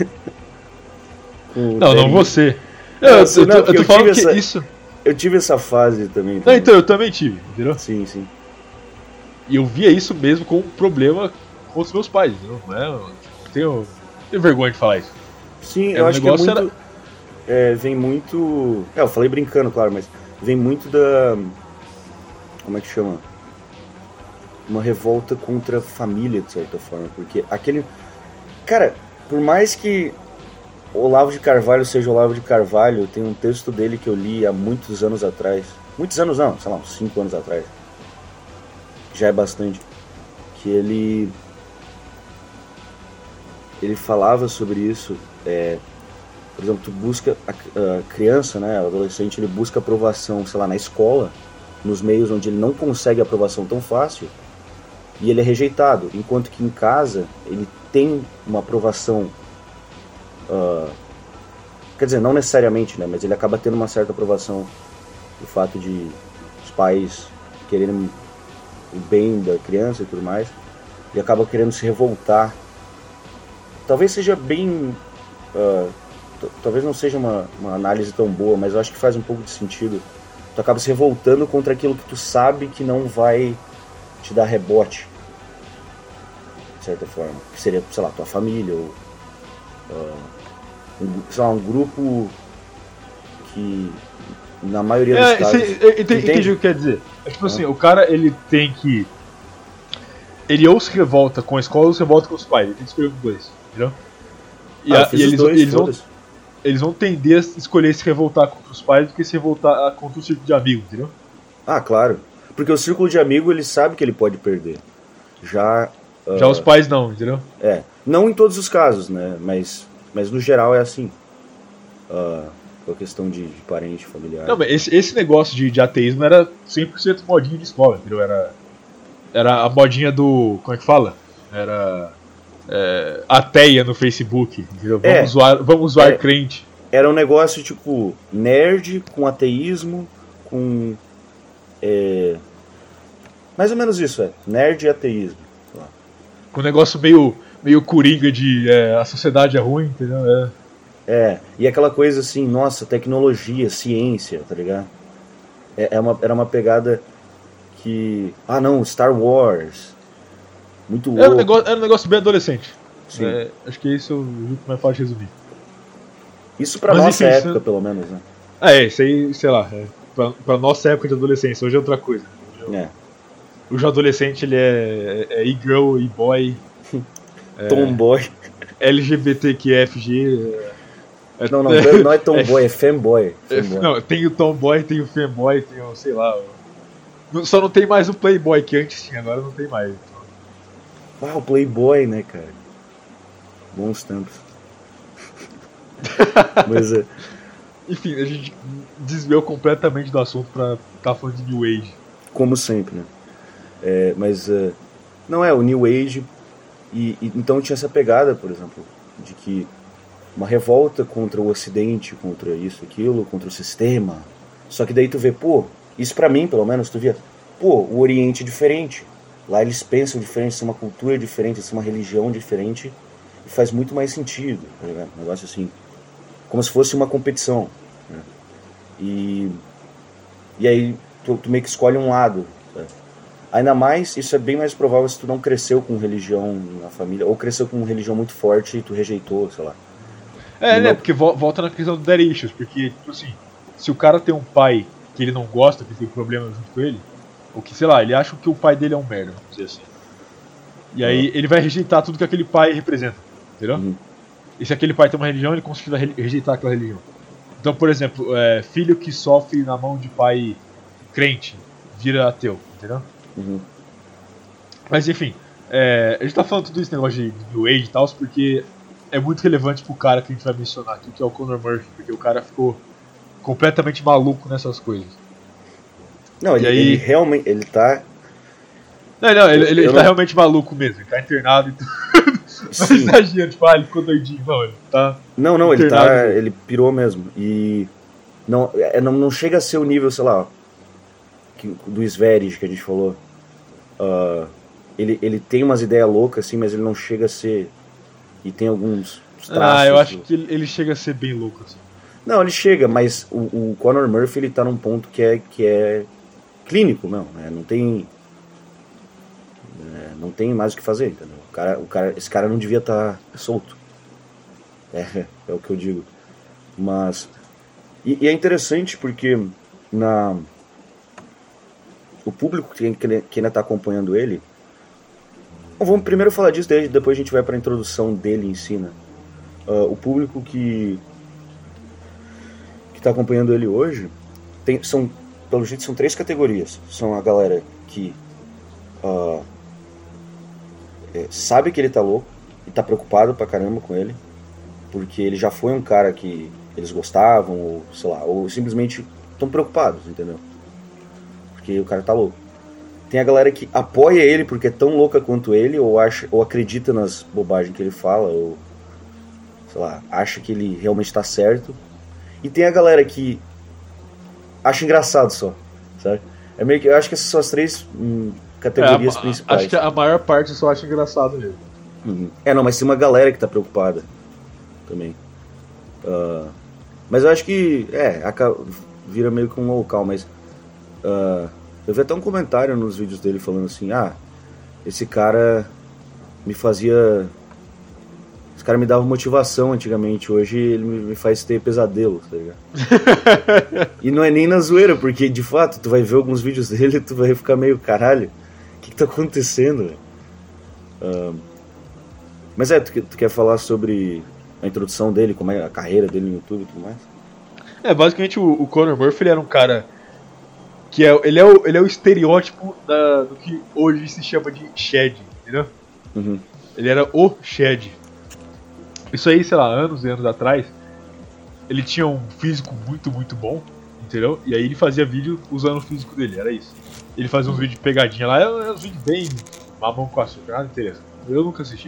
Não, não você. Não, eu, eu, não, eu, eu tô falando que essa, isso... Eu tive essa fase também. Não, também. então, eu também tive, entendeu? Sim, sim. E eu via isso mesmo como um problema com os meus pais, entendeu? Não é, eu não tenho, não tenho vergonha de falar isso. Sim, é, eu acho que é muito... Era... É, vem muito... É, eu falei brincando, claro, mas vem muito da... Como é que chama? Uma revolta contra a família, de certa forma. Porque aquele... Cara, por mais que Olavo de Carvalho seja Olavo de Carvalho, tem um texto dele que eu li há muitos anos atrás. Muitos anos não, sei lá, uns cinco anos atrás. Já é bastante. Que ele... Ele falava sobre isso. É, por exemplo, tu busca... A, a criança, né, o adolescente, ele busca aprovação, sei lá, na escola, nos meios onde ele não consegue aprovação tão fácil, e ele é rejeitado. Enquanto que em casa, ele tem uma aprovação... Uh, quer dizer, não necessariamente, né, mas ele acaba tendo uma certa aprovação do fato de os pais quererem o bem da criança e tudo mais, e acaba querendo se revoltar. Talvez seja bem... Uh, t- talvez não seja uma, uma análise tão boa, mas eu acho que faz um pouco de sentido. Tu acaba se revoltando contra aquilo que tu sabe que não vai te dar rebote, de certa forma. Que seria, sei lá, tua família, ou uh, um, sei lá, um grupo que, na maioria dos é, casos... Cê, eu, eu entendi o que quer dizer. É tipo ah. assim, o cara, ele tem que... Ele ou se revolta com a escola ou se revolta com os pais. Ele tem que escolher os dois, entendeu? E, ah, a, e eles, dois, eles, vão, eles vão tender a escolher se revoltar contra os pais do que se revoltar contra o círculo de amigos, entendeu? Ah, claro. Porque o círculo de amigo, ele sabe que ele pode perder. Já... Uh, Já os pais não, entendeu? É. Não em todos os casos, né? Mas, mas no geral é assim. Uh, com a questão de, de parente, familiar. Não, mas esse, esse negócio de, de ateísmo era cem por cento modinha de escola, entendeu? Era, era a modinha do... Como é que fala? Era... É, ateia no Facebook, entendeu? Vamos é, zoar, vamos zoar é, crente. Era um negócio tipo nerd com ateísmo, com... É, mais ou menos isso, é. Nerd e ateísmo. Com um negócio meio, meio coringa de é, a sociedade é ruim, entendeu? É. É, e aquela coisa assim, nossa, tecnologia, ciência, tá ligado? É, é uma, era uma pegada que... Ah, não, Star Wars. Muito louco. Era um negócio, era um negócio bem adolescente. Sim. É, acho que isso é o jeito mais fácil de resumir. Isso pra Mas, nossa enfim, época, isso- pelo menos, né? É, isso aí, sei lá, é, pra, pra nossa época de adolescência, hoje é outra coisa. Hoje, É. hoje o adolescente ele é, é, é e-girl, e-boy, Tomboy. L G B T Q F G. É, Não, não, não é tomboy, é femboy. é, femboy. não, tem o tomboy, tem o femboy, tem o, sei lá. o- Só não tem mais o playboy que antes tinha, agora não tem mais. Ah, o Playboy, né, cara? Bons tempos. Mas é. Enfim, a gente desviou completamente do assunto pra estar falando de New Age. Como sempre, né? É, mas é, não é o New Age e, e então tinha essa pegada, por exemplo, de que uma revolta contra o Ocidente, contra isso, aquilo, contra o sistema. Só que daí tu vê, pô, isso pra mim, pelo menos, tu via, pô, o Oriente é diferente. Lá eles pensam diferente, são uma cultura diferente, são uma religião diferente e faz muito mais sentido, tá ligado? Um negócio assim, como se fosse uma competição, né? E e aí tu, tu meio que escolhe um lado, né? Ainda mais, isso é bem mais provável se tu não cresceu com religião na família, ou cresceu com religião muito forte e tu rejeitou, sei lá. É, Não. né? Porque vo- volta na questão do Daddy Issues, porque, tipo assim, se o cara tem um pai que ele não gosta, que tem problema junto com ele, ou que, sei lá, ele acha que o pai dele é um merda, vamos dizer assim. E aí ele vai rejeitar tudo que aquele pai representa, entendeu? Uhum. E se aquele pai tem uma religião, ele consegue re- rejeitar aquela religião. Então, por exemplo, é, filho que sofre na mão de pai crente, vira ateu, entendeu? Uhum. Mas enfim, é, a gente tá falando tudo isso, negócio de, de New Age e tal, porque é muito relevante pro cara que a gente vai mencionar aqui, que é o Conor Murphy, porque o cara ficou completamente maluco nessas coisas. Não, ele, E aí- ele realmente, ele tá... Não, não, ele, ele Eu tá não- realmente maluco mesmo, ele tá internado e tudo. Não Sim. exagera, tipo, ah, ele ficou doidinho, não, ele tá. Não, não, ele internado tá, mesmo. ele pirou mesmo. E não, é, não, não chega a ser o nível, sei lá, que, do Sverige que a gente falou. Ah, ele, ele tem umas ideias loucas, assim, mas ele não chega a ser... E tem alguns traços... Ah, eu acho que ele, ele chega a ser bem louco, assim. Não, ele chega, mas o, o Conor Murphy, ele tá num ponto que é, que é clínico, não, né? Não tem... é, não tem mais o que fazer, entendeu? O cara, o cara, esse cara não devia estar solto. É, é o que eu digo. Mas... E, e é interessante porque na... O público que, que ainda tá acompanhando ele... Bom, vamos primeiro falar disso, daí depois a gente vai pra introdução dele em si, né? Uh, o público que... que tá acompanhando ele hoje... Tem, são, pelo jeito, são três categorias. São a galera que... Uh, é, sabe que ele tá louco e tá preocupado pra caramba com ele, porque ele já foi um cara que eles gostavam, ou sei lá, ou simplesmente estão preocupados, entendeu? Porque o cara tá louco. Tem a galera que apoia ele porque é tão louca quanto ele, ou acha, ou acredita nas bobagens que ele fala, ou sei lá, acha que ele realmente tá certo. E tem a galera que acha engraçado só, sabe? É meio que, eu acho que essas são as três hum, categorias É, a- principais. Acho que a maior parte eu só acha engraçado mesmo. Uhum. É, não, mas tem uma galera que tá preocupada também. Uh, mas eu acho que, é, aca- vira meio que um local, mas uh, eu vi até um comentário nos vídeos dele falando assim, ah, esse cara me fazia... Esse cara me dava motivação antigamente, hoje ele me me faz ter pesadelos, tá ligado? E não é nem na zoeira, porque de fato, tu vai ver alguns vídeos dele e tu vai ficar meio, caralho, o que que tá acontecendo, velho? Uh, mas é, tu, que- tu quer falar sobre a introdução dele, como é a carreira dele no YouTube e tudo mais? É, basicamente o, o Conor Murphy ele era um cara que é, ele, é o, ele é o estereótipo da, do que hoje se chama de Shed, entendeu? Uhum. Ele era o Shed. Isso aí, sei lá, anos e anos atrás, ele tinha um físico muito, muito bom, entendeu? E aí ele fazia vídeo usando o físico dele, era isso. Ele fazia uns vídeos de pegadinha lá, eram uns vídeos bem mamão com açúcar, nada interessante. Eu nunca assisti.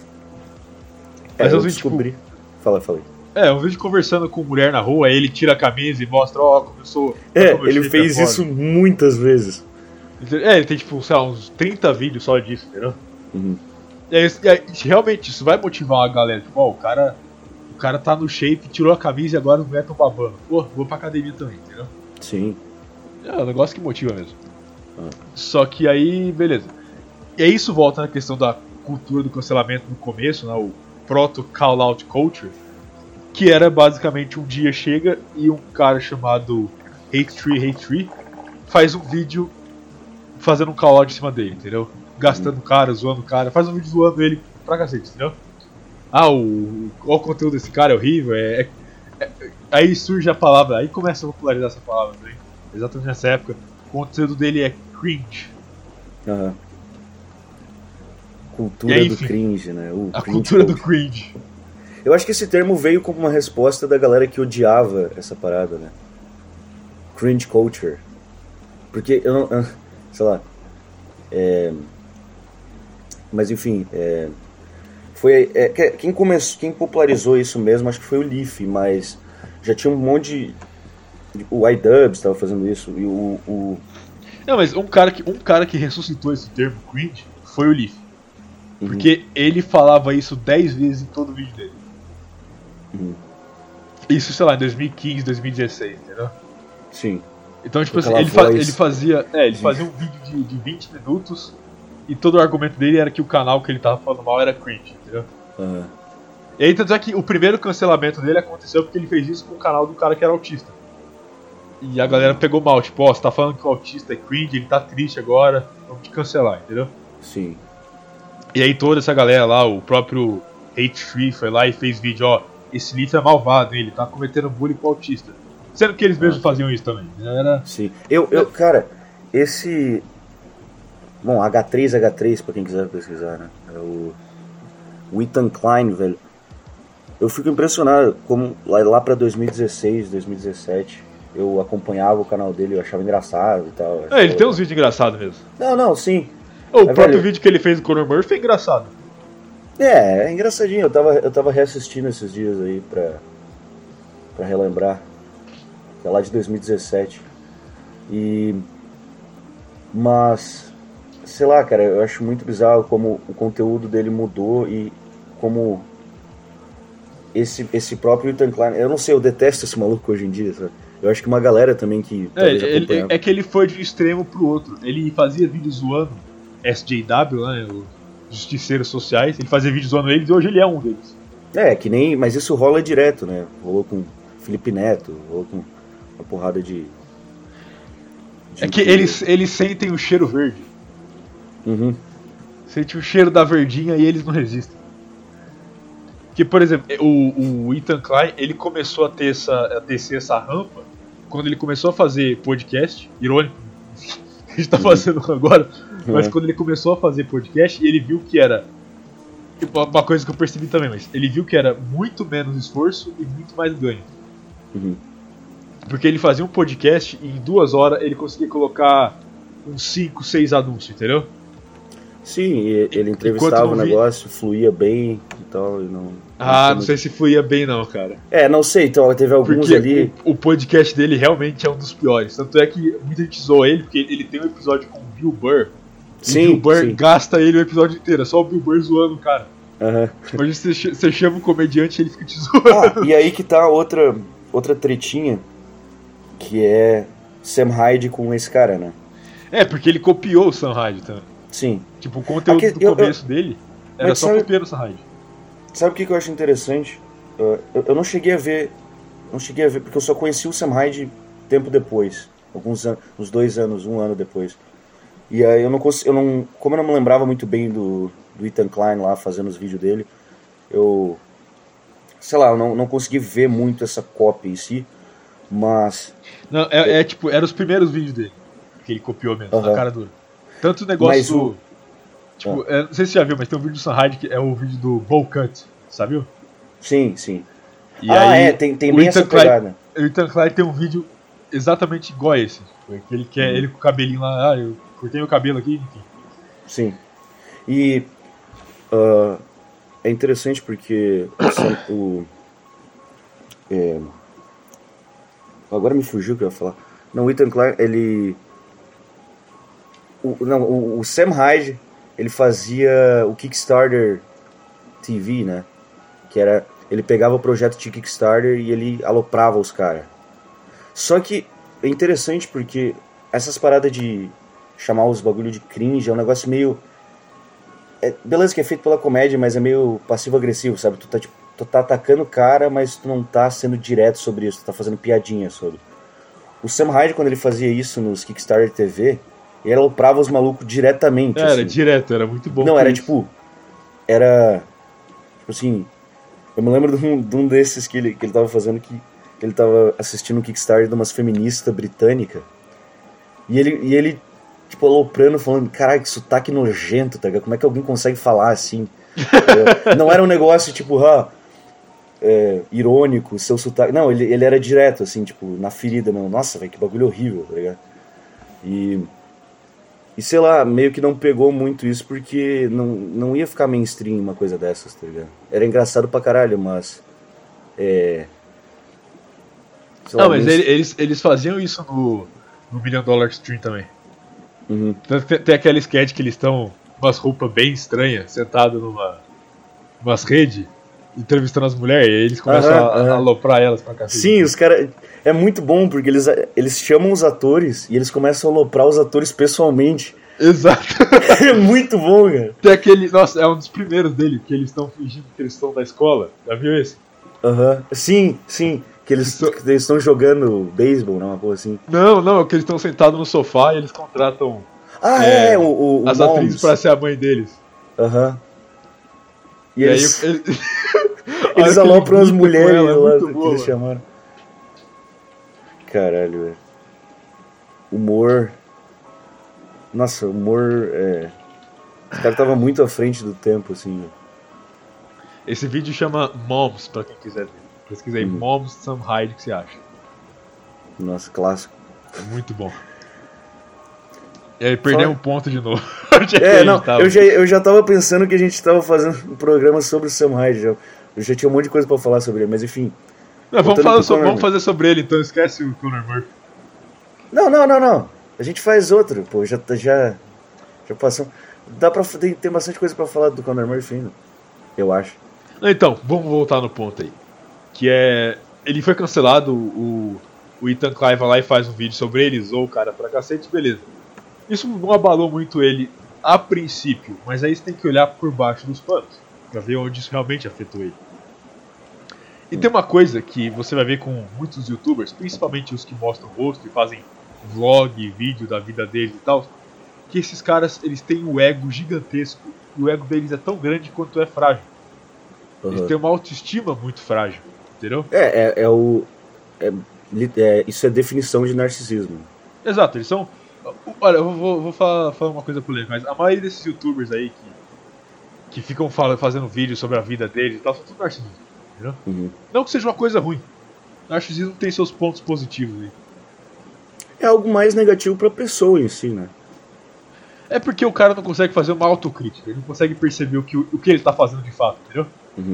É, Mas eu eu vi, tipo, descobri. Fala, falei. É, um vídeo conversando com mulher na rua, aí ele tira a camisa e mostra, ó, como eu sou. É, como eu ele shape fez é foda. isso muitas vezes. É, ele tem tipo, sei lá, uns trinta vídeos só disso, entendeu? Uhum. E aí, e aí, realmente, isso vai motivar a galera, tipo, ó, o cara. cara tá no shape, tirou a camisa e agora não é tão babando. Pô, vou pra academia também, entendeu? Sim. É um negócio que motiva mesmo. Ah. Só que aí, beleza. E aí isso volta na questão da cultura do cancelamento no começo, né? O proto call-out culture. Que era basicamente um dia chega e um cara chamado Hate Tree Hate Tree faz um vídeo fazendo um call-out em cima dele, entendeu? Gastando o cara, zoando o cara, faz um vídeo zoando ele pra cacete, entendeu? Ah, o, o conteúdo desse cara é horrível, é, é, é, aí surge a palavra, aí começa a popularizar essa palavra, né? Exatamente nessa época, o conteúdo dele é cringe. Uhum. Cultura aí, do enfim, cringe, né? O a cringe cultura culture. do cringe. Eu acho que esse termo veio como uma resposta da galera que odiava essa parada, né? Cringe culture. Porque eu não... sei lá... É, mas enfim... É, foi, é, quem, começou, quem popularizou isso mesmo, acho que foi o Leaf, mas já tinha um monte de... O iDubbbz estava fazendo isso, e o... o... Não, mas um cara, que, um cara que ressuscitou esse termo cringe foi o Leaf. Uhum. Porque ele falava isso dez vezes em todo o vídeo dele. Uhum. Isso, sei lá, em dois mil e quinze, dois mil e dezesseis, entendeu? Sim. Então, tipo assim, ele, fa ele fazia. É, ele fazia um vídeo de, de vinte minutos e todo o argumento dele era que o canal que ele tava falando mal era cringe, entendeu? Uhum. E aí, tanto é que o primeiro cancelamento dele aconteceu porque ele fez isso com o canal do cara que era autista. E a galera pegou mal, tipo, ó, oh, você tá falando que o autista é cringe, ele tá triste agora, vamos te cancelar, entendeu? Sim. E aí toda essa galera lá, o próprio Hate Tree foi lá e fez vídeo, ó, esse Leaf é malvado, ele tá cometendo bullying com o autista. Sendo que eles mesmos ah, faziam isso também. Era... Sim. Eu, eu, cara, esse... Bom, H três H três, pra quem quiser pesquisar, né? É o... o Ethan Klein, velho. Eu fico impressionado como lá, lá pra dois mil e dezesseis, dois mil e dezessete, eu acompanhava o canal dele, eu achava engraçado e tal. É, ele tem uns vídeos engraçados mesmo. Não, não, sim. O Mas, próprio velho... vídeo que ele fez do Conor Murphy é engraçado. É, é engraçadinho. Eu tava, eu tava reassistindo esses dias aí pra, pra relembrar. Que é lá de dois mil e dezessete. E... Mas... Sei lá, cara, eu acho muito bizarro como o conteúdo dele mudou e como... Esse, esse próprio Ethan Klein... Eu não sei, eu detesto esse maluco hoje em dia, sabe? Eu acho que uma galera também que... É, ele, é que ele foi de um extremo pro outro. Ele fazia vídeos zoando S J W, né? O... justiceiros sociais, ele fazia vídeos zoando eles e hoje ele é um deles. É, que nem... Mas isso rola direto, né? Rolou com Felipe Neto, rolou com uma porrada de... de é que eles, eles sentem o cheiro verde. Uhum. Sentem o cheiro da verdinha e eles não resistem. Que, por exemplo, o, o Ethan Klein, ele começou a, ter essa, a descer essa rampa quando ele começou a fazer podcast, irônico, a gente tá fazendo agora, mas quando ele começou a fazer podcast, ele viu que era, uma coisa que eu percebi também, mas ele viu que era muito menos esforço e muito mais ganho. Uhum. Porque ele fazia um podcast e em duas horas ele conseguia colocar uns cinco, seis anúncios, entendeu? Sim, ele entrevistava o negócio, vi... fluía bem e tal. E não, ah, não, não sei se fluía bem não, cara. É, não sei, então teve alguns porque ali... O, o podcast dele realmente é um dos piores. Tanto é que muita gente zoou ele, porque ele tem um episódio com o Bill Burr. Sim, e o Bill Burr sim. gasta ele o episódio inteiro, é só o Bill Burr zoando o cara. Uhum. Imagina você, você chama um comediante e ele fica te zoando. Ah, e aí que tá outra, outra tretinha, que é Sam Hyde com esse cara, né? É, porque ele copiou o Sam Hyde também. Sim. Tipo, o conteúdo Aqui, do eu, começo eu, dele era só sabe, copiando o Sam Hyde. Sabe o que, que eu acho interessante? Uh, eu, eu não cheguei a ver, não cheguei a ver, porque eu só conheci o Sam Hyde tempo depois, alguns anos, uns dois anos, um ano depois. E aí eu não consegui, eu não, como eu não me lembrava muito bem do, do Ethan Klein lá fazendo os vídeos dele, eu, sei lá, eu não, não consegui ver muito essa cópia em si, mas... Não, é, eu, é tipo, eram os primeiros vídeos dele, que ele copiou mesmo, uh-huh. na cara dura. Tanto o negócio mas do... O... Tipo, ah. é, não sei se você já viu, mas tem um vídeo do Sam Hyde que é o vídeo do Bowl Cut, sabe? Sim, sim. E ah, aí, é, tem, tem bem essa pegada. O Ethan Klein tem um vídeo exatamente igual a esse. Que ele quer, hum. ele com o cabelinho lá, ah, eu cortei meu cabelo aqui, enfim. Sim. E uh, é interessante porque assim, o... É, agora me fugiu o que eu ia falar. Não, o Ethan Klein, ele... O, não, o, o Sam Hyde, ele fazia o Kickstarter T V, né? Que era... ele pegava o projeto de Kickstarter e ele aloprava os caras. Só que é interessante porque essas paradas de chamar os bagulho de cringe é um negócio meio... É, beleza que é feito pela comédia, mas é meio passivo-agressivo, sabe? Tu tá, tipo, tu tá atacando o cara, mas tu não tá sendo direto sobre isso, tu tá fazendo piadinha sobre. O Sam Hyde, quando ele fazia isso nos Kickstarter T V, ele aloprava os malucos diretamente. Era, assim. direto, era muito bom. Não, era isso. tipo... Era... Tipo assim... Eu me lembro de um, de um desses que ele, que ele tava fazendo, que ele tava assistindo um Kickstarter de umas feministas britânicas. E ele, e ele, tipo, aloprando, falando, caralho, que sotaque nojento, tá ligado? Como é que alguém consegue falar assim? Não era um negócio, tipo, ah, é, irônico, seu sotaque... Não, ele, ele era direto, assim, tipo, na ferida mesmo. Nossa, velho, que bagulho horrível, tá ligado? E... E sei lá, meio que não pegou muito isso porque não, não ia ficar mainstream uma coisa dessas, tá ligado? Era engraçado pra caralho, mas... É... Sei não, lá, mas eles... eles, eles faziam isso no, no Million Dollar Stream também. Uhum. Tem, tem aquela sketch que eles estão com umas roupas bem estranhas, sentados numa umas redes, entrevistando as mulheres, e eles começam uhum, a, uhum. a aloprar elas pra cacete. Sim, os caras... É muito bom, porque eles, eles chamam os atores e eles começam a aloprar os atores pessoalmente. Exato. É muito bom, cara. Tem aquele... Nossa, é um dos primeiros dele, que eles estão fingindo que eles estão da escola. Já viu esse? Aham. Uhum. Sim, sim. Que eles so... estão jogando beisebol, não? Uma coisa assim. Não, não. Que eles estão sentados no sofá e eles contratam... Ah, é, é o, o, as o atrizes pra ser a mãe deles. Aham. Uhum. E, e eles... aí... Ele... eles alopram as mulheres ela, lá é que boa, eles chamaram. Caralho, velho. Humor. Nossa, humor. É... Esse cara tava muito à frente do tempo, assim. Esse vídeo chama Moms, pra quem quiser ver. Pesquisa aí, hum. Moms Sam Hyde, o que você acha? Nossa, clássico. É muito bom. E aí, perdemos um ponto de novo. É, não, eu já, eu já tava pensando que a gente tava fazendo um programa sobre o Sam Hyde. Já. Eu já tinha um monte de coisa pra falar sobre ele, mas enfim. Não, vamos, falar sobre, vamos fazer sobre ele, então esquece o Conor Murphy. Não, não, não, não. A gente faz outro, pô. Já, já, já passou. Dá pra ter, tem bastante coisa pra falar do Conor Murphy ainda. Eu acho. Então, vamos voltar no ponto aí. Que é. Ele foi cancelado, o, o Ethan Klein vai lá e faz um vídeo sobre ele, zoou o cara pra cacete, beleza. Isso não abalou muito ele a princípio, mas aí você tem que olhar por baixo dos panos pra ver onde isso realmente afetou ele. E tem uma coisa que você vai ver com muitos youtubers, principalmente os que mostram o rosto e fazem vlog, vídeo da vida deles e tal, que esses caras, eles têm um ego gigantesco e o ego deles é tão grande quanto é frágil. Uhum. Eles têm uma autoestima muito frágil, entendeu? É, é, é o... É, é, isso é definição de narcisismo. Exato, eles são... Olha, eu vou, vou falar, falar uma coisa polêmica, mas a maioria desses youtubers aí que, que ficam falando, fazendo vídeos sobre a vida deles e tal, são tudo narcisistas. Uhum. Não que seja uma coisa ruim. O narcisismo tem seus pontos positivos aí. É algo mais negativo pra pessoa em si, né? É porque o cara não consegue fazer uma autocrítica. Ele não consegue perceber o que, o que ele tá fazendo de fato, entendeu? Uhum.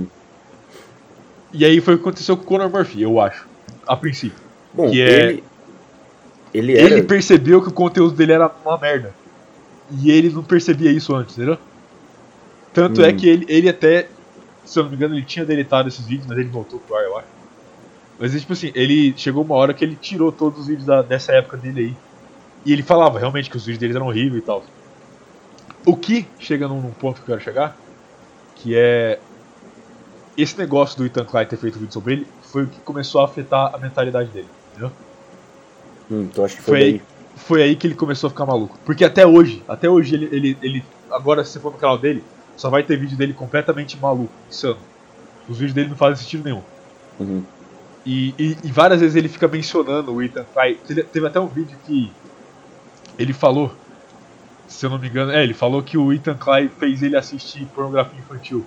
E aí foi o que aconteceu com o Conor Murphy, eu acho. A princípio. Bom, que ele... É... Ele, era... ele percebeu que o conteúdo dele era uma merda. E ele não percebia isso antes, entendeu? Tanto hum. é que ele, ele até... Se eu não me engano, ele tinha deletado esses vídeos, mas ele voltou pro ar, eu acho. Mas, tipo assim, ele chegou uma hora que ele tirou todos os vídeos da, dessa época dele aí. E ele falava realmente que os vídeos deles eram horríveis e tal. O que chega num, num ponto que eu quero chegar, que é... Esse negócio do Ethan Klein ter feito vídeo sobre ele foi o que começou a afetar a mentalidade dele, entendeu? Hum, então acho que foi, foi aí, foi aí que ele começou a ficar maluco. Porque até hoje, até hoje ele, ele, ele... Agora, se você for no canal dele, só vai ter vídeo dele completamente maluco, insano. Os vídeos dele não fazem sentido nenhum. Uhum. E, e, e várias vezes ele fica mencionando o Ethan Klein. Teve até um vídeo que ele falou, se eu não me engano, é, ele falou que o Ethan Klein fez ele assistir pornografia infantil.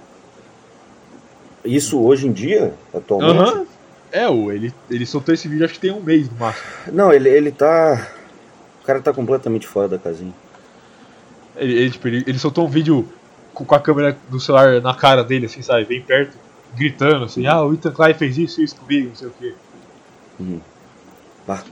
Isso hoje em dia? Atualmente? Aham. Uhum. É, ele, ele soltou esse vídeo acho que tem um mês no máximo. Não, ele, ele tá... O cara tá completamente fora da casinha. Ele, ele, tipo, ele, ele soltou um vídeo com a câmera do celular na cara dele, assim, sabe, bem perto, gritando assim, ah, o Ethan Klein fez isso e isso comigo, não sei o quê. Uhum. Ah.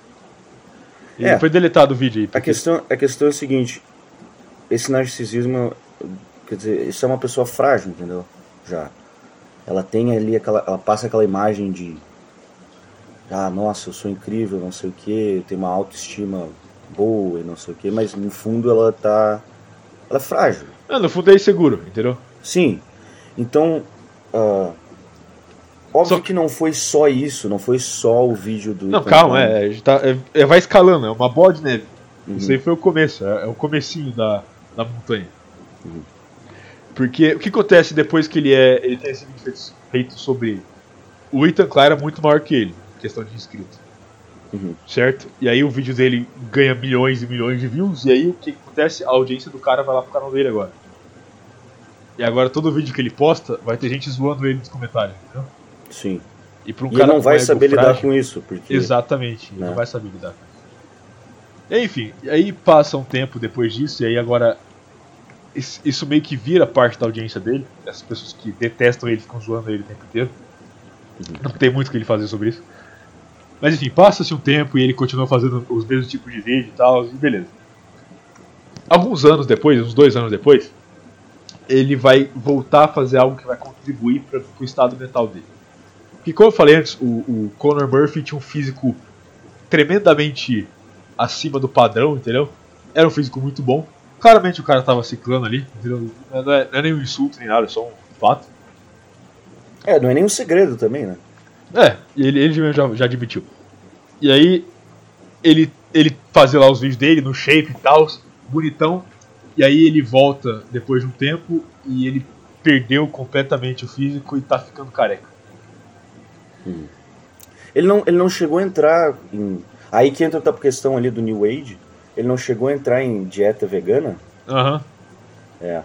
E é, foi deletado o vídeo aí. Porque... A, questão, a questão é a seguinte, esse narcisismo, quer dizer, isso é uma pessoa frágil, entendeu? Já. ela tem ali aquela, ela passa aquela imagem de, ah, nossa, eu sou incrível, não sei o que, eu tenho uma autoestima boa e não sei o que, mas no fundo ela tá, ela é frágil. Não, no fundo é inseguro, entendeu? Sim, então, uh, óbvio Só... que não foi só isso, não foi só o vídeo do... Não, Ethan calma, Klein. é, tá, é, é, vai escalando, é uma bola de neve. Uhum. Isso aí foi o começo, é, é o comecinho da, da montanha. Uhum. Porque o que acontece depois que ele é ele tem esse vídeo feito, feito sobre o Ethan Klein era muito maior que ele, questão de inscritos, Uhum. certo? E aí o vídeo dele ganha milhões e milhões de views, e aí o que acontece? A audiência do cara vai lá pro canal dele agora. E agora todo vídeo que ele posta vai ter gente zoando ele nos comentários, entendeu? Sim. E, pra um e cara ele não vai ego saber frágil, lidar com isso, porque... Exatamente, ele Não. não vai saber lidar com isso. Enfim, aí passa um tempo depois disso, e aí agora isso meio que vira parte da audiência dele. Essas pessoas que detestam ele ficam zoando ele o tempo inteiro. Uhum. Não tem muito o que ele fazer sobre isso. Mas enfim, passa-se um tempo e ele continua fazendo os mesmos tipos de vídeo e tal, e beleza. Alguns anos depois, uns dois anos depois, ele vai voltar a fazer algo que vai contribuir para o estado mental dele. Porque como eu falei antes, o, o Conor Murphy tinha um físico tremendamente acima do padrão, entendeu? Era um físico muito bom. Claramente o cara tava ciclando ali, entendeu? Não é, não é nem um insulto nem nada, é só um fato. É, não é nem um segredo também, né? É, ele, ele já, já admitiu. E aí, ele, ele fazia lá os vídeos dele no shape e tal, bonitão. E aí ele volta depois de um tempo e ele perdeu completamente o físico e tá ficando careca. Hum. Ele, não, ele não chegou a entrar em... Aí que entra outra questão ali do New Age. Ele não chegou a entrar em dieta vegana? Aham. Uhum. É.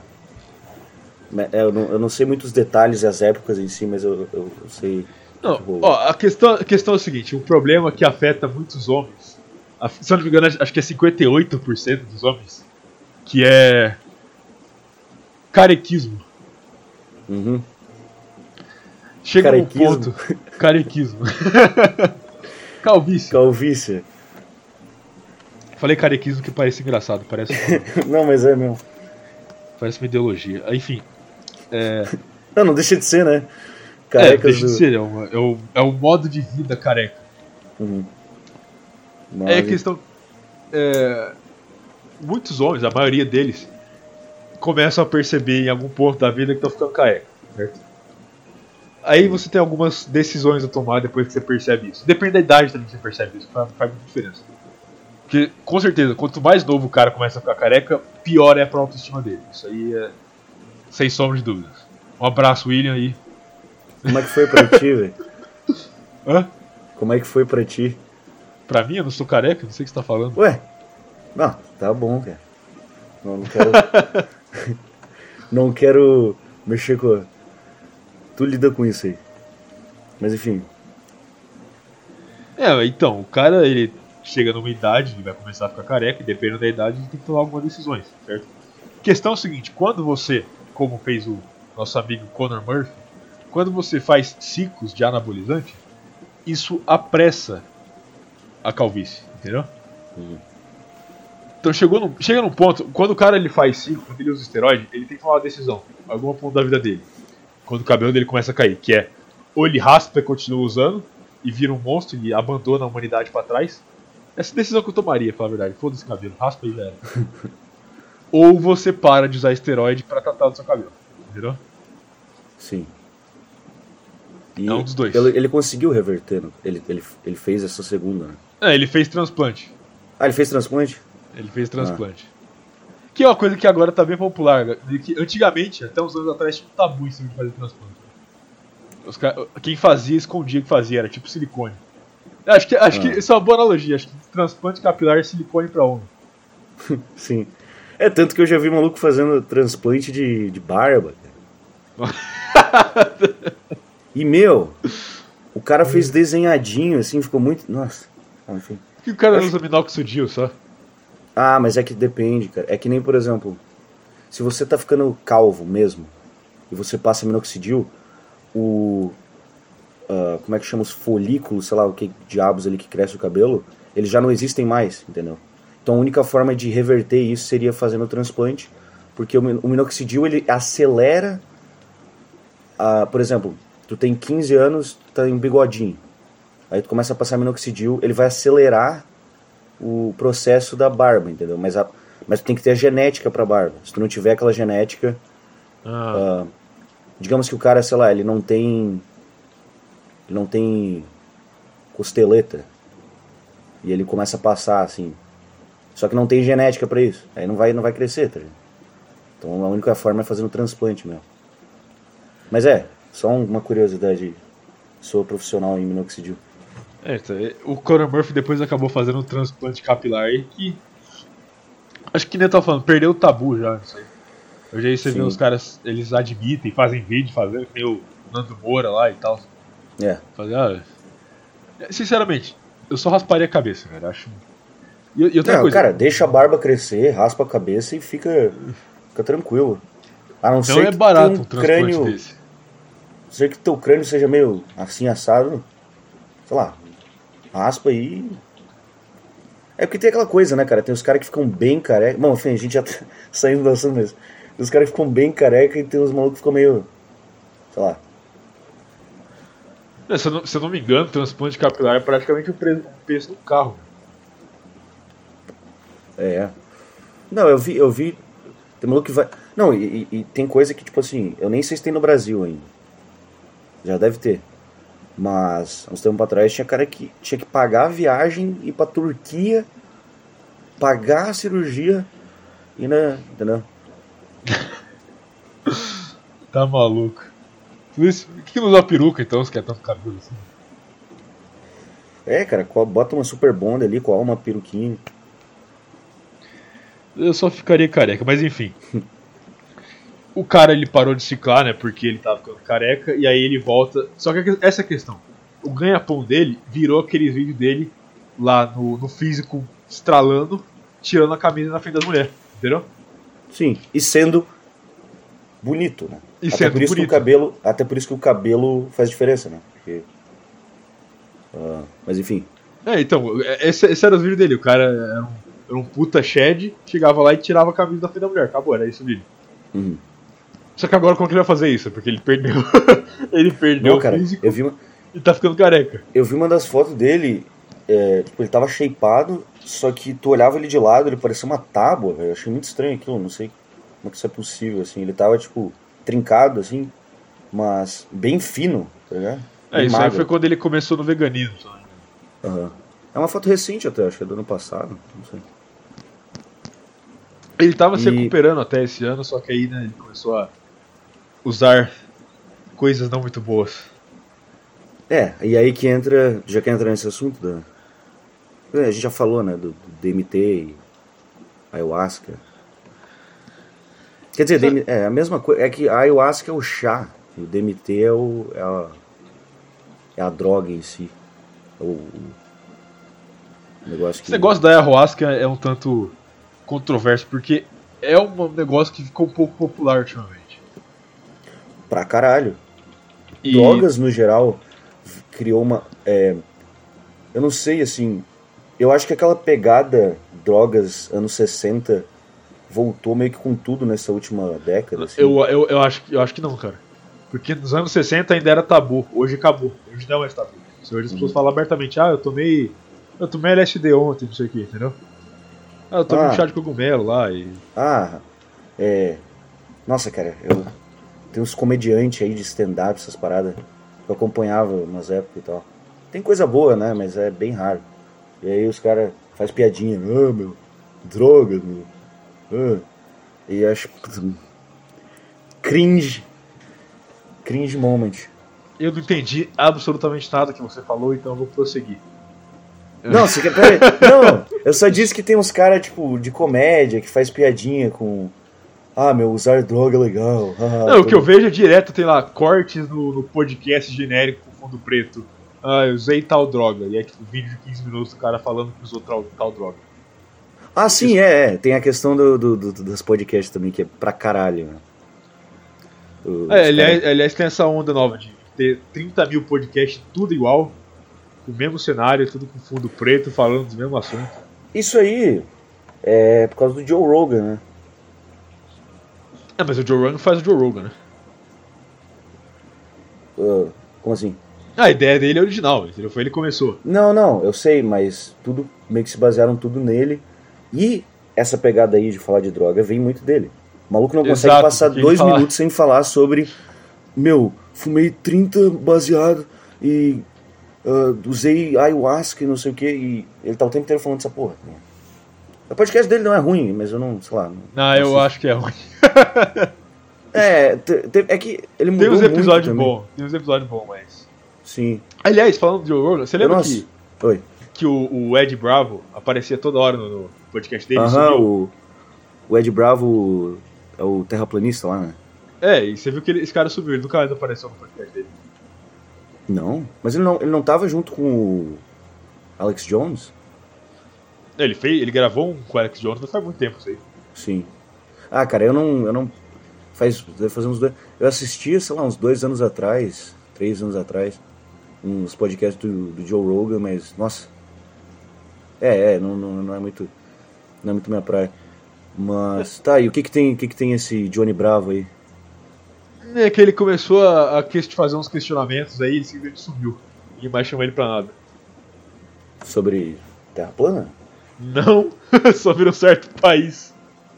Eu não, eu não sei muitos detalhes e as épocas em si, mas eu, eu, eu sei... Não, tipo... ó, a questão, a questão é o seguinte, um problema que afeta muitos homens, a, se eu não me engano, acho que é cinquenta e oito por cento dos homens, que é carequismo. Uhum. Chega carequismo. num ponto... Carequismo. Calvície. Calvície. Falei carequismo que parece engraçado, parece... Não, mas é mesmo. Parece uma ideologia. Enfim. É... Não, não deixa de ser, né? Carecas é, deixa do... de ser, é, uma, é, o, é o modo de vida careca. Uhum. É questão... É, muitos homens, a maioria deles, começam a perceber em algum ponto da vida que estão ficando careca, certo? Aí você tem algumas decisões a tomar depois que você percebe isso. Depende da idade também que você percebe isso, faz, faz muita diferença. Porque, com certeza, quanto mais novo o cara começa a ficar careca, pior é pra autoestima dele. Isso aí é sem sombra de dúvidas. Um abraço, William, aí. Como é que foi pra ti, velho? Hã? Como é que foi pra ti? Pra mim, eu não sou careca, não sei o que você tá falando. Ué? Não, tá bom, cara. Não, não quero... não quero mexer com... Tu lida com isso aí. Mas enfim. É, então, o cara, ele chega numa idade, ele vai começar a ficar careca, e dependendo da idade, ele tem que tomar algumas decisões, certo? A questão é o seguinte, quando você, como fez o nosso amigo Conor Murphy, quando você faz ciclos de anabolizante, isso apressa a calvície, entendeu? Hum. Então chegou num, chega num ponto, quando o cara ele faz ciclo, quando ele usa esteroide, ele tem que tomar uma decisão, em algum ponto da vida dele, quando o cabelo dele começa a cair, que é, ou ele raspa e continua usando, e vira um monstro e abandona a humanidade pra trás. Essa decisão que eu tomaria, pra falar a verdade, foda-se cabelo, raspa aí, velho. Ou você para de usar esteroide pra tratar do seu cabelo, entendeu? Sim. E é um dos dois. Ele, ele conseguiu reverter, né? ele, ele, ele fez essa segunda, né? É, ele fez transplante. Ah, ele fez transplante? Ele fez transplante. Ah. Que é uma coisa que agora tá bem popular. Que antigamente, até uns anos atrás, tinha um tabu em cima de fazer transplante. Os cara, quem fazia, escondia que fazia, era tipo silicone. Acho que, acho ah. que isso é uma boa analogia. Acho que transplante capilar é silicone pra homem. Sim. É, tanto que eu já vi maluco fazendo transplante de, de barba. E, meu, o cara fez desenhadinho, assim, ficou muito... Nossa, enfim. Por que o cara acho... usa minoxidil só? Ah, mas é que depende, cara. É que nem, por exemplo, se você tá ficando calvo mesmo, e você passa minoxidil, o... Uh, como é que chama os folículos, sei lá, o que diabos ali que cresce o cabelo, eles já não existem mais, entendeu? Então a única forma de reverter isso seria fazendo o transplante, porque o minoxidil, ele acelera, uh, por exemplo, tu tem quinze anos, tu tá em bigodinho. Aí tu começa a passar minoxidil, ele vai acelerar o processo da barba, entendeu? Mas, a, mas tu tem que ter a genética pra barba. Se tu não tiver aquela genética, Ah. uh, digamos que o cara, sei lá, ele não tem, ele não tem costeleta, e ele começa a passar assim, só que não tem genética pra isso, aí não vai, não vai crescer, tá ligado? Então a única forma é fazendo transplante mesmo. Mas é, só uma curiosidade, sou profissional em minoxidil. É, então, o Conor Murphy depois acabou fazendo um transplante capilar e que. Acho que nem eu tava falando, perdeu o tabu já, não sei. Hoje aí você Sim. vê os caras, eles admitem, fazem vídeo fazendo, que nem o Nando Moura lá e tal. É. Fazer, ah, sinceramente, eu só rasparia a cabeça, cara. Acho. E, e outra Não, coisa. cara, deixa a barba crescer, raspa a cabeça e fica, fica tranquilo. A não, Não ser é que barato tenha um um transplante crânio, desse. a não ser que teu crânio seja meio assim assado, sei lá, raspa aí. É porque tem aquela coisa, né, cara? Tem os caras que ficam bem careca. Bom, enfim, a gente já tá saindo do assunto mesmo. Tem os caras que ficam bem careca e tem os malucos que ficam meio, sei lá. É, se, eu não, se eu não me engano, transplante capilar é praticamente o preço, o preço do carro. É. Não, eu vi, eu vi. Tem maluco que vai. Não, e, e, e tem coisa que, tipo assim, eu nem sei se tem no Brasil ainda. Já deve ter. Mas, uns tempos atrás, tinha cara que tinha que pagar a viagem, ir pra Turquia, pagar a cirurgia e na. Entendeu? Tá maluco. Tudo isso, por que não usa peruca então, se quer tanto cabelo assim? É, cara, co- bota uma super bonda ali, cola uma peruquinha. Eu só ficaria careca, mas enfim. O cara ele parou de ciclar, né? Porque ele tava ficando careca, e aí ele volta. Só que essa é a questão. O ganha-pão dele virou aqueles vídeos dele lá no, no físico estralando, tirando a camisa na frente das mulheres, entendeu? Sim, e sendo bonito, né? E até sendo por isso bonito. que o cabelo, até por isso que o cabelo faz diferença, né? Porque, ah, mas enfim. É, então, esse, esse era os vídeos dele. O cara era um, era um puta shed, chegava lá e tirava a camisa da frente da mulher. Acabou, era esse o vídeo. Uhum. Só que agora como que ele vai fazer isso? Porque ele perdeu. ele perdeu Não, o cara, físico eu vi uma, e tá ficando careca. eu vi uma das fotos dele, é, tipo, ele tava shapeado, só que tu olhava ele de lado, ele parecia uma tábua, velho. Eu achei muito estranho aquilo, não sei como que isso é possível, assim. Ele tava, tipo, trincado, assim, mas bem fino, tá ligado? É, Bem isso aí magro. foi quando ele começou no veganismo. Sabe? Aham. É uma foto recente até, acho que é do ano passado, não sei. Ele tava se E- recuperando até esse ano, só que aí né, ele começou a usar coisas não muito boas. É, e aí que entra, já que entra nesse assunto da... É, a gente já falou, né, do, do D M T e ayahuasca. Quer dizer, D M é a mesma coisa, é que a ayahuasca é o chá, e o D M T é, o, é, a, é a droga em si. É o, o negócio que... Esse negócio da ayahuasca é um tanto controverso, porque é um negócio que ficou um pouco popular ultimamente. Pra caralho. E Drogas, no geral, v- criou uma... é, eu não sei, assim... Eu acho que aquela pegada drogas anos sessenta voltou meio que com tudo nessa última década. Assim. eu, eu, eu, acho, que- eu acho que não, cara. Porque nos anos sessenta ainda era tabu, hoje acabou. Hoje não é mais tabu. Hoje as pessoas falam abertamente, ah, eu tomei. Eu tomei L S D ontem, não sei o que, entendeu? Ah, eu tomei Ah. um chá de cogumelo lá e. Ah, é... Nossa, cara, eu... Tem uns comediantes aí de stand-up, essas paradas, que eu acompanhava umas épocas e tal. Tem coisa boa, né, mas é bem raro. E aí os caras fazem piadinha, ah, meu, droga, meu. Ah. E eu acho... putz, cringe. Cringe moment. Eu não entendi absolutamente nada que você falou, então eu vou prosseguir. Não, você quer... Pera aí. Não, eu só disse que tem uns caras, tipo, de comédia, que faz piadinha com... Ah, meu, usar droga é legal. Ah, Não, o tô- que eu vejo é direto, tem lá, cortes no, no podcast genérico com fundo preto. Ah, eu usei tal droga. E é tipo vídeo de quinze minutos do cara falando que usou tal, tal droga. Ah, sim, é, é. Tem a questão do, do, do, dos podcasts também, que é pra caralho, né? Os É, aliás, caras- aliás, tem essa onda nova de ter trinta mil podcasts, tudo igual, com o mesmo cenário, tudo com fundo preto, falando dos mesmos assuntos. Isso aí é por causa do Joe Rogan, né? É, mas o Joe Rogan faz o Joe Rogan, né? Uh, como assim? A ideia dele é original, entendeu? Foi ele que começou. Não, não, eu sei, mas tudo meio que se basearam tudo nele. E essa pegada aí de falar de droga vem muito dele. O maluco não consegue Exato, passar porque dois ele fala- minutos sem falar sobre... Meu, fumei trinta baseado e uh, usei ayahuasca e não sei o que. E ele tá o tempo inteiro falando dessa porra. O podcast dele não é ruim, mas eu não, sei lá... Não, Não, eu assisto. acho que é ruim. É, te- te- é que ele mudou Tem uns muito episódios também. bons, tem uns episódios bons, mas... Sim. Aliás, falando de Joe Rogan, você Eu lembra não que, assisto. Oi. que o, o Ed Bravo aparecia toda hora no, no podcast dele? Aham, subiu? o, o Ed Bravo é o terraplanista lá, né? É, e você viu que ele, esse cara subiu, ele nunca mais apareceu no podcast dele. Não, mas ele não, ele não tava junto com o Alex Jones? Ele, fez, ele gravou um com o Alex Jones, mas faz muito tempo isso aí. Sim. Ah, cara, eu não... Eu não faz, deve fazer uns dois... Eu assistia, sei lá, uns dois anos atrás, três anos atrás, uns podcasts do, do Joe Rogan, mas, nossa... É, é, não, não, não é muito... Não é muito minha praia. Mas, tá, e o que que tem, o que que tem esse Johnny Bravo aí? É que ele começou a, a quest- fazer uns questionamentos aí e simplesmente sumiu. Ninguém mais chamou ele pra nada. Sobre Terra plana? Não, sobre um certo país.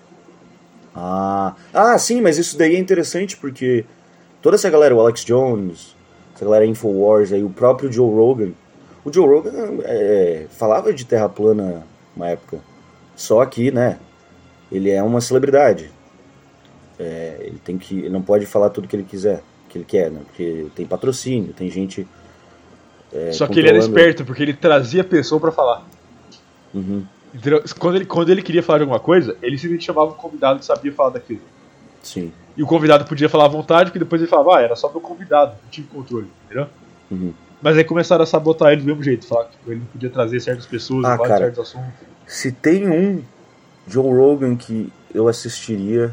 Ah, ah, sim, mas isso daí é interessante porque toda essa galera, o Alex Jones, essa galera Infowars aí, o próprio Joe Rogan, o Joe Rogan é, falava de terra plana uma época, só que, né, ele é uma celebridade, é, ele tem que, ele não pode falar tudo que ele quiser, que ele quer, né, porque tem patrocínio, tem gente é, Só que ele era controlando. esperto, porque ele trazia a pessoa pra falar. Uhum, Entendeu? Quando ele, quando ele queria falar de alguma coisa, ele simplesmente chamava um convidado que sabia falar daquilo. sim. E o convidado podia falar à vontade, porque depois ele falava, ah, era só pro convidado, não tive controle, entendeu? Uhum. Mas aí começaram a sabotar ele do mesmo jeito, falar que tipo, ele não podia trazer certas pessoas, Ah, falar de cara. certos assuntos. Se tem um Joe Rogan que eu assistiria,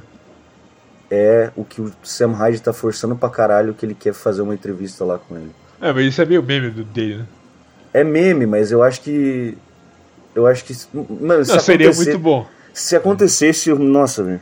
é o que o Sam Hyde tá forçando pra caralho, que ele quer fazer uma entrevista lá com ele. É, mas isso é meio meme do- dele, né? É meme, mas eu acho que... Eu acho que... Mano, se Não, seria acontecer- muito bom. Se acontecesse, eu- nossa, velho.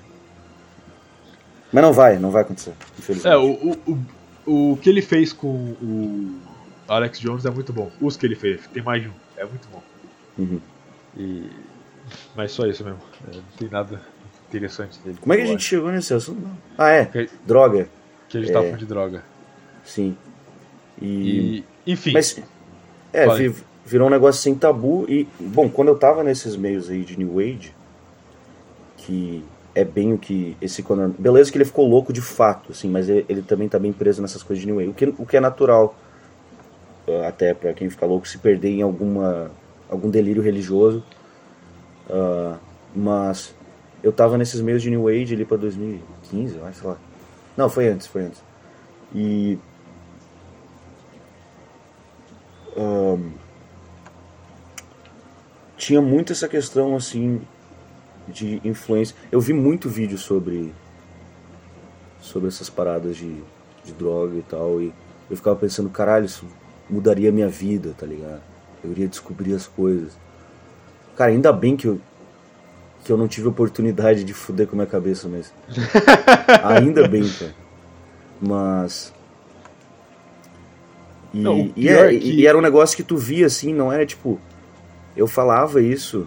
Mas não vai, não vai acontecer, infelizmente. É, o, o, o, o que ele fez com o Alex Jones é muito bom. Os que ele fez, tem mais de um, é muito bom. Uhum. E... Mas só isso mesmo, é, não tem nada interessante dele. Como é que a eu gente acho. chegou nesse assunto? Não. Ah, é. Que- Droga. Que a gente tava É. falando de droga. Sim. E... E, enfim, Mas, é, Fala aí. vi- virou um negócio sem tabu e, bom, quando eu tava nesses meios aí de New Age, que é bem o que esse Conor... Beleza que ele ficou louco de fato, assim, mas ele, ele também tá bem preso nessas coisas de New Age, o que, o que é natural, uh, até pra quem fica louco se perder em alguma, algum delírio religioso, uh, mas eu tava nesses meios de New Age ali pra dois mil e quinze, eu acho, sei lá. Não, foi antes, foi antes. E... Um, tinha muito essa questão assim de influência. Eu vi muito vídeo sobre sobre essas paradas de, de droga e tal, e eu ficava pensando, caralho, isso mudaria a minha vida, tá ligado? Eu iria descobrir as coisas. Cara, ainda bem que eu que eu não tive oportunidade de fuder com a minha cabeça mesmo. Ainda bem, cara. Mas E, Não, o e, pior é- é que- e era um negócio que tu via assim, não era tipo. Eu falava isso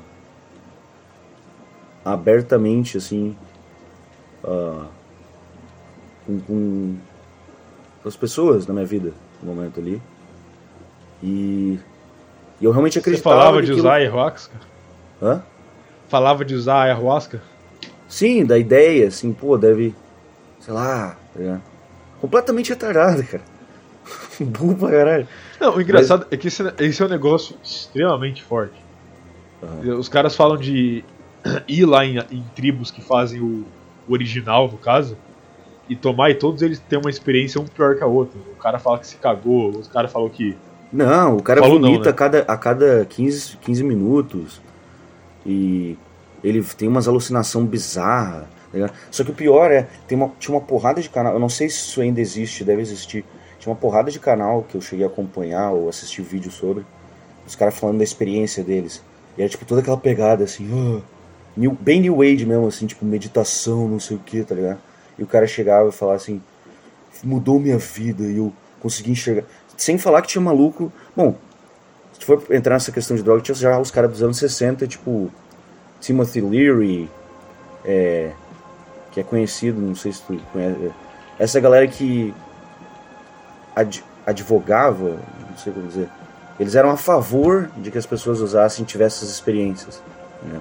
abertamente, assim, ah, com, com as pessoas na minha vida, no momento ali. E, e eu realmente você acreditava. falava de que usar aquilo- ayahuasca? Hã? Falava de usar ayahuasca? Sim, da ideia, assim, pô, deve. Sei lá, tá ligado? Completamente retardado, cara. Burro pra caralho. Não, o engraçado é que esse, esse é um negócio extremamente forte. Aham. Os caras falam de ir lá em, em tribos que fazem o, o original, no caso, e tomar, e todos eles têm uma experiência um pior que a outra. O cara fala que se cagou, os caras falam que... Não, o cara Falou não, vomita né? a cada, a cada quinze, quinze minutos. E ele tem umas alucinações bizarras. Tá ligado? Só que o pior é, tem uma, tinha uma porrada de canal, eu não sei se isso ainda existe, deve existir. Tinha uma porrada de canal que eu cheguei a acompanhar ou assistir vídeo sobre. Os caras falando da experiência deles. E era tipo toda aquela pegada assim, ah, new, bem New Age mesmo, assim, tipo meditação, não sei o que, tá ligado? E o cara chegava e falava assim, mudou minha vida, e eu conseguir enxergar. Sem falar que tinha maluco... Bom, se for entrar nessa questão de droga, tinha já os caras dos anos sessenta, tipo Timothy Leary, é, que é conhecido, não sei se tu conhece, essa galera que ad, advogava, não sei como dizer, eles eram a favor de que as pessoas usassem e tivessem essas experiências, né?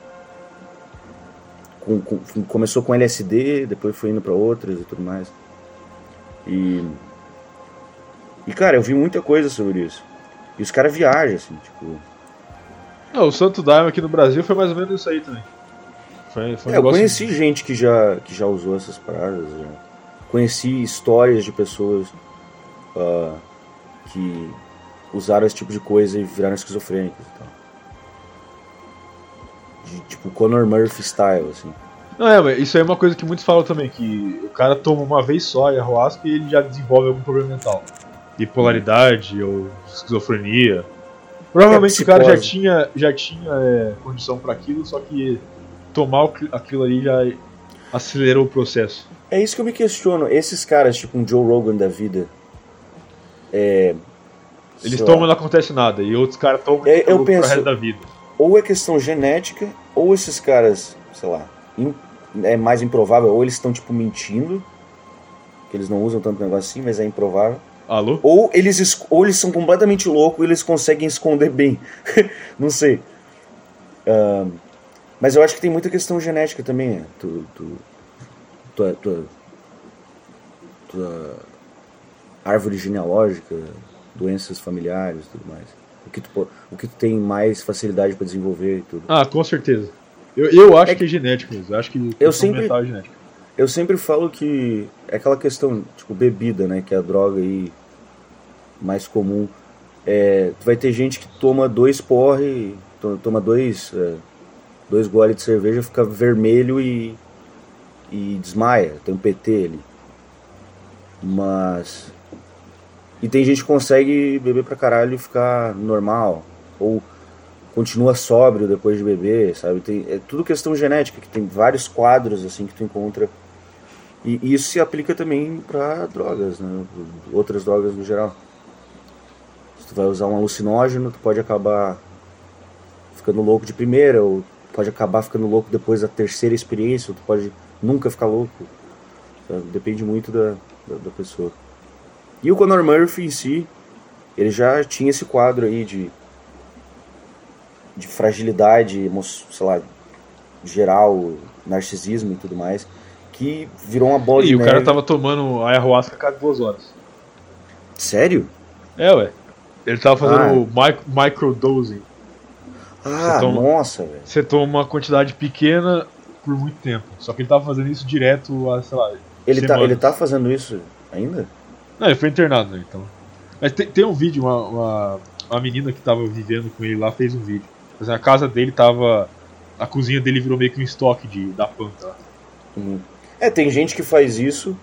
Com, com, começou com L S D, depois foi indo pra outras e tudo mais. E, e cara, eu vi muita coisa sobre isso. E os caras viajam, assim, tipo... Não, o Santo Daime aqui no Brasil foi mais ou menos isso aí também. Foi, foi um é, eu conheci de... gente que já, que já usou essas paradas, já. Conheci histórias de pessoas uh, que usaram esse tipo de coisa e viraram esquizofrênicos e tal. De, tipo, Conor Murphy style, assim. Não, é, isso aí é uma coisa que muitos falam também, que o cara toma uma vez só ayahuasca e ele já desenvolve algum problema mental. Bipolaridade ou esquizofrenia. Provavelmente é, o cara já tinha, já tinha é, condição para aquilo, só que tomar aquilo ali já acelerou o processo. É isso que eu me questiono. Esses caras, tipo um Joe Rogan da vida, é, eles tomam e não acontece nada, e outros caras tomam é, eu penso, pro resto da vida. Ou é questão genética, ou esses caras, sei lá, in, é mais improvável, ou eles estão tipo mentindo, que eles não usam tanto negócio assim, mas é improvável. Alô? Ou eles, ou eles são completamente loucos e eles conseguem esconder bem. Não sei. Uh, mas eu acho que tem muita questão genética também. Né? Tu, tu, tua, tua, tua árvore genealógica, doenças familiares e tudo mais. O que, tu, o que tu tem mais facilidade para desenvolver e tudo. Ah, com certeza. Eu, eu acho é que, que é genético mesmo. Eu acho que eu sempre, mental é genético. Eu sempre falo que é aquela questão, tipo, bebida, né? Que é a droga aí mais comum. É, tu vai ter gente que toma dois porre, toma dois, é, dois goles de cerveja, fica vermelho e, e desmaia, tem um P T ali. Mas... E tem gente que consegue beber pra caralho e ficar normal, ou continua sóbrio depois de beber, sabe? Tem, é tudo questão genética, que tem vários quadros assim que tu encontra. E, e isso se aplica também pra drogas, né? Outras drogas no geral. Se tu vai usar um alucinógeno, tu pode acabar ficando louco de primeira, ou pode acabar ficando louco depois da terceira experiência, ou tu pode nunca ficar louco. Sabe? Depende muito da, da, da pessoa. E o Conor Murphy em si, ele já tinha esse quadro aí de, de fragilidade, sei lá, geral, narcisismo e tudo mais, que virou uma bola e de neve. E o cara neve. tava tomando ayahuasca a cada duas horas. Sério? É, ué. Ele tava fazendo ah. mic- microdosing. Ah, toma, nossa, velho. Você toma uma quantidade pequena por muito tempo. Só que ele tava fazendo isso direto há, sei lá, ele tá, ele tá fazendo isso ainda? Não, ele foi internado, né, então. Mas tem, tem um vídeo, uma, uma, uma menina que tava vivendo com ele lá fez um vídeo. Mas a casa dele tava... A cozinha dele virou meio que um estoque de, da planta. Uhum. É, tem gente que faz isso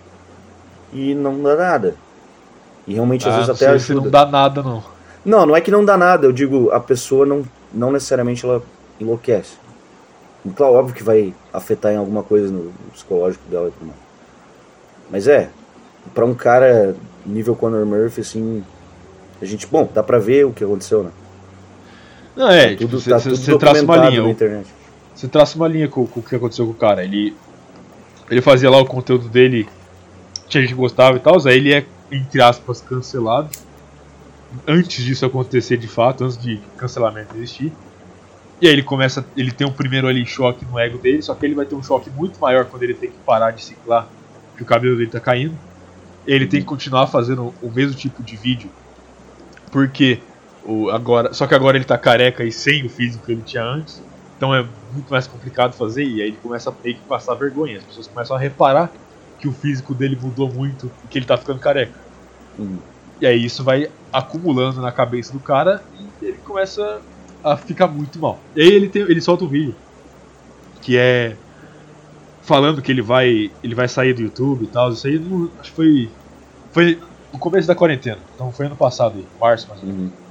e não dá nada. E realmente às ah, vezes até sei, ajuda. Não dá nada, não. Não, não é que não dá nada. Eu digo, a pessoa não, não necessariamente ela enlouquece. Claro, óbvio que vai afetar em alguma coisa no psicológico dela e tudo mais. Mas é... Pra um cara nível Conor Murphy, assim, a gente, bom, dá pra ver o que aconteceu, né? Não, é, tá tudo, tipo, tá você, tudo você traça uma linha. na internet. Você traça uma linha com, com o que aconteceu com o cara. Ele, ele fazia lá o conteúdo dele, tinha gente que gostava e tal, aí ele é, entre aspas, cancelado. Antes disso acontecer de fato, antes de cancelamento existir. E aí ele começa, ele tem um primeiro ali choque no ego dele, só que ele vai ter um choque muito maior quando ele tem que parar de ciclar, que o cabelo dele tá caindo. Ele tem que continuar fazendo o mesmo tipo de vídeo, porque o, agora, só que agora ele tá careca e sem o físico que ele tinha antes, então é muito mais complicado fazer, e aí ele começa a meio que passar vergonha. As pessoas começam a reparar que o físico dele mudou muito e que ele tá ficando careca. Uhum. E aí isso vai acumulando na cabeça do cara e ele começa a ficar muito mal. E aí ele, tem, ele solta um vídeo que é falando que ele vai, ele vai sair do YouTube e tal. Isso aí no, acho que foi, foi no começo da quarentena, então foi ano passado, aí, março mais ou menos. Uhum.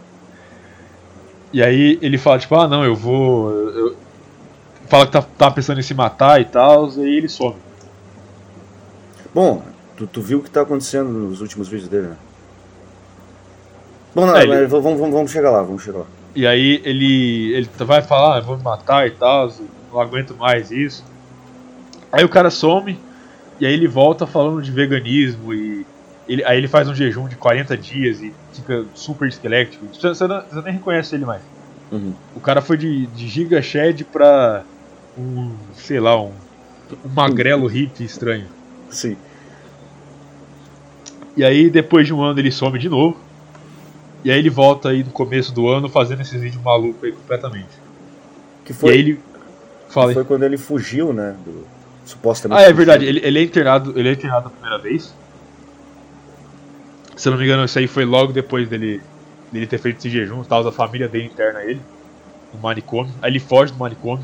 E aí ele fala tipo, ah não, eu vou... Eu... Fala que tá, tá pensando em se matar e tal, e aí ele some. Bom, Tu, tu viu o que tá acontecendo nos últimos vídeos dele, né? Bom, não, É, mas ele- vamos, vamos, vamos chegar lá, vamos chegar lá. E aí ele, ele vai falar, ah, eu vou me matar e tal, não aguento mais isso. Aí o cara some, e aí ele volta falando de veganismo, e ele, aí ele faz um jejum de quarenta dias e fica super esquelético. Você, você, não, você nem reconhece ele mais. Uhum. O cara foi de, de Giga Shed pra um, sei lá, um, um magrelo hippie estranho. Sim. E aí depois de um ano ele some de novo. E aí ele volta aí no começo do ano fazendo esses vídeos malucos aí completamente. Que foi, e aí ele fala. foi quando ele fugiu, né? Do, supostamente. Ah, é fugiu. verdade, ele, ele é internado, ele é internado a primeira vez. Se eu não me engano, isso aí foi logo depois dele, dele ter feito esse jejum, tal, da família dele interna ele, no manicômio. Aí ele foge do manicômio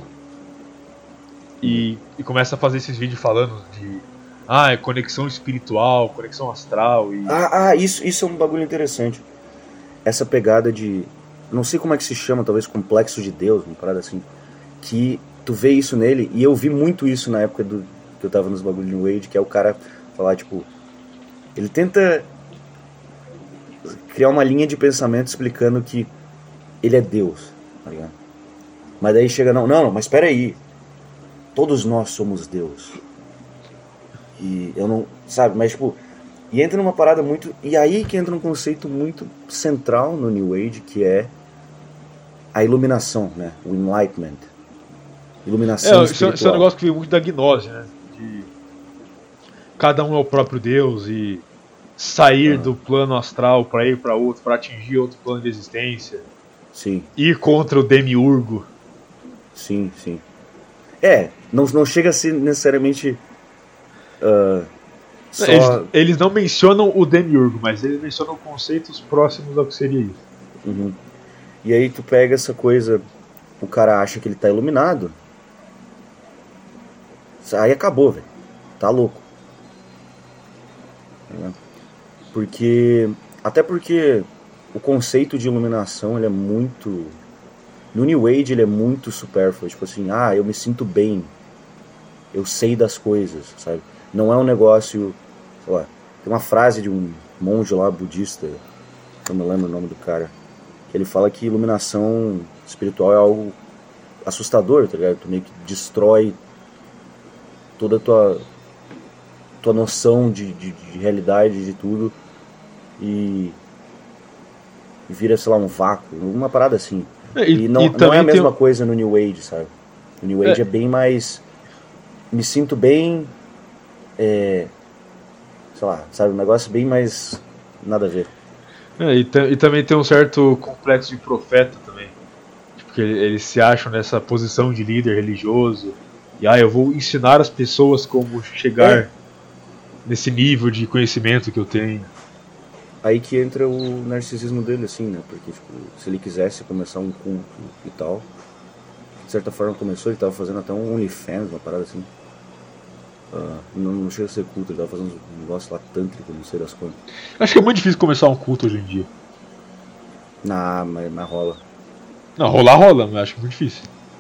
e, e começa a fazer esses vídeos falando de ah, é conexão espiritual, conexão astral e. Ah, ah isso, isso é um bagulho interessante. Essa pegada de. Não sei como é que se chama, talvez complexo de Deus, uma parada assim. Que tu vê isso nele, e eu vi muito isso na época do, que eu tava nos bagulhos de New Age, que é o cara falar, tipo. Ele tenta criar uma linha de pensamento explicando que ele é Deus, tá ligado? Mas daí chega, não, não, não, mas espera aí. Todos nós somos Deus. E eu não. Sabe, mas tipo. E entra numa parada muito... E aí que entra um conceito muito central no New Age, que é a iluminação, né? O enlightenment. Iluminação É, espiritual. isso é um negócio que veio muito da gnose, né? De cada um é o próprio Deus e sair ah. do plano astral para ir para outro, para atingir outro plano de existência. Sim. Ir contra o demiurgo. Sim, sim. É, não, não chega a ser necessariamente... Uh, Só... Eles, eles não mencionam o demiurgo, mas eles mencionam conceitos próximos ao que seria isso. Uhum. E aí tu pega essa coisa, o cara acha que ele tá iluminado, aí acabou, velho. Tá louco. Porque, até porque o conceito de iluminação, ele é muito... No New Age ele é muito supérfluo, tipo assim, ah, eu me sinto bem, eu sei das coisas, sabe? Não é um negócio... Sei lá, tem uma frase de um monge lá budista, eu não me lembro o nome do cara, que ele fala que iluminação espiritual é algo assustador, tá ligado? Tu meio que destrói toda a tua, tua noção de, de, de realidade, de tudo, e, e vira, sei lá, um vácuo, uma parada assim. É, e, e não, e não é a mesma tem... coisa no New Age, sabe? O New Age é, é bem mais... Me sinto bem... É, sei lá, sabe, um negócio bem mais nada a ver. É, e, e também tem um certo complexo de profeta também. Porque tipo, eles se acham nessa posição de líder religioso. E ah, eu vou ensinar as pessoas como chegar é. nesse nível de conhecimento que eu tenho. Aí que entra o narcisismo dele, assim, né? Porque tipo, se ele quisesse começar um culto e tal, de certa forma começou, ele tava fazendo até um OnlyFans, uma parada assim. Uh, não, não chega a ser culto, ele tava fazendo um negócio lá tântrico, não sei das quantas. Acho que é muito difícil começar um culto hoje em dia. Não, mas, mas rola. Não, rolar rola, mas acho muito difícil.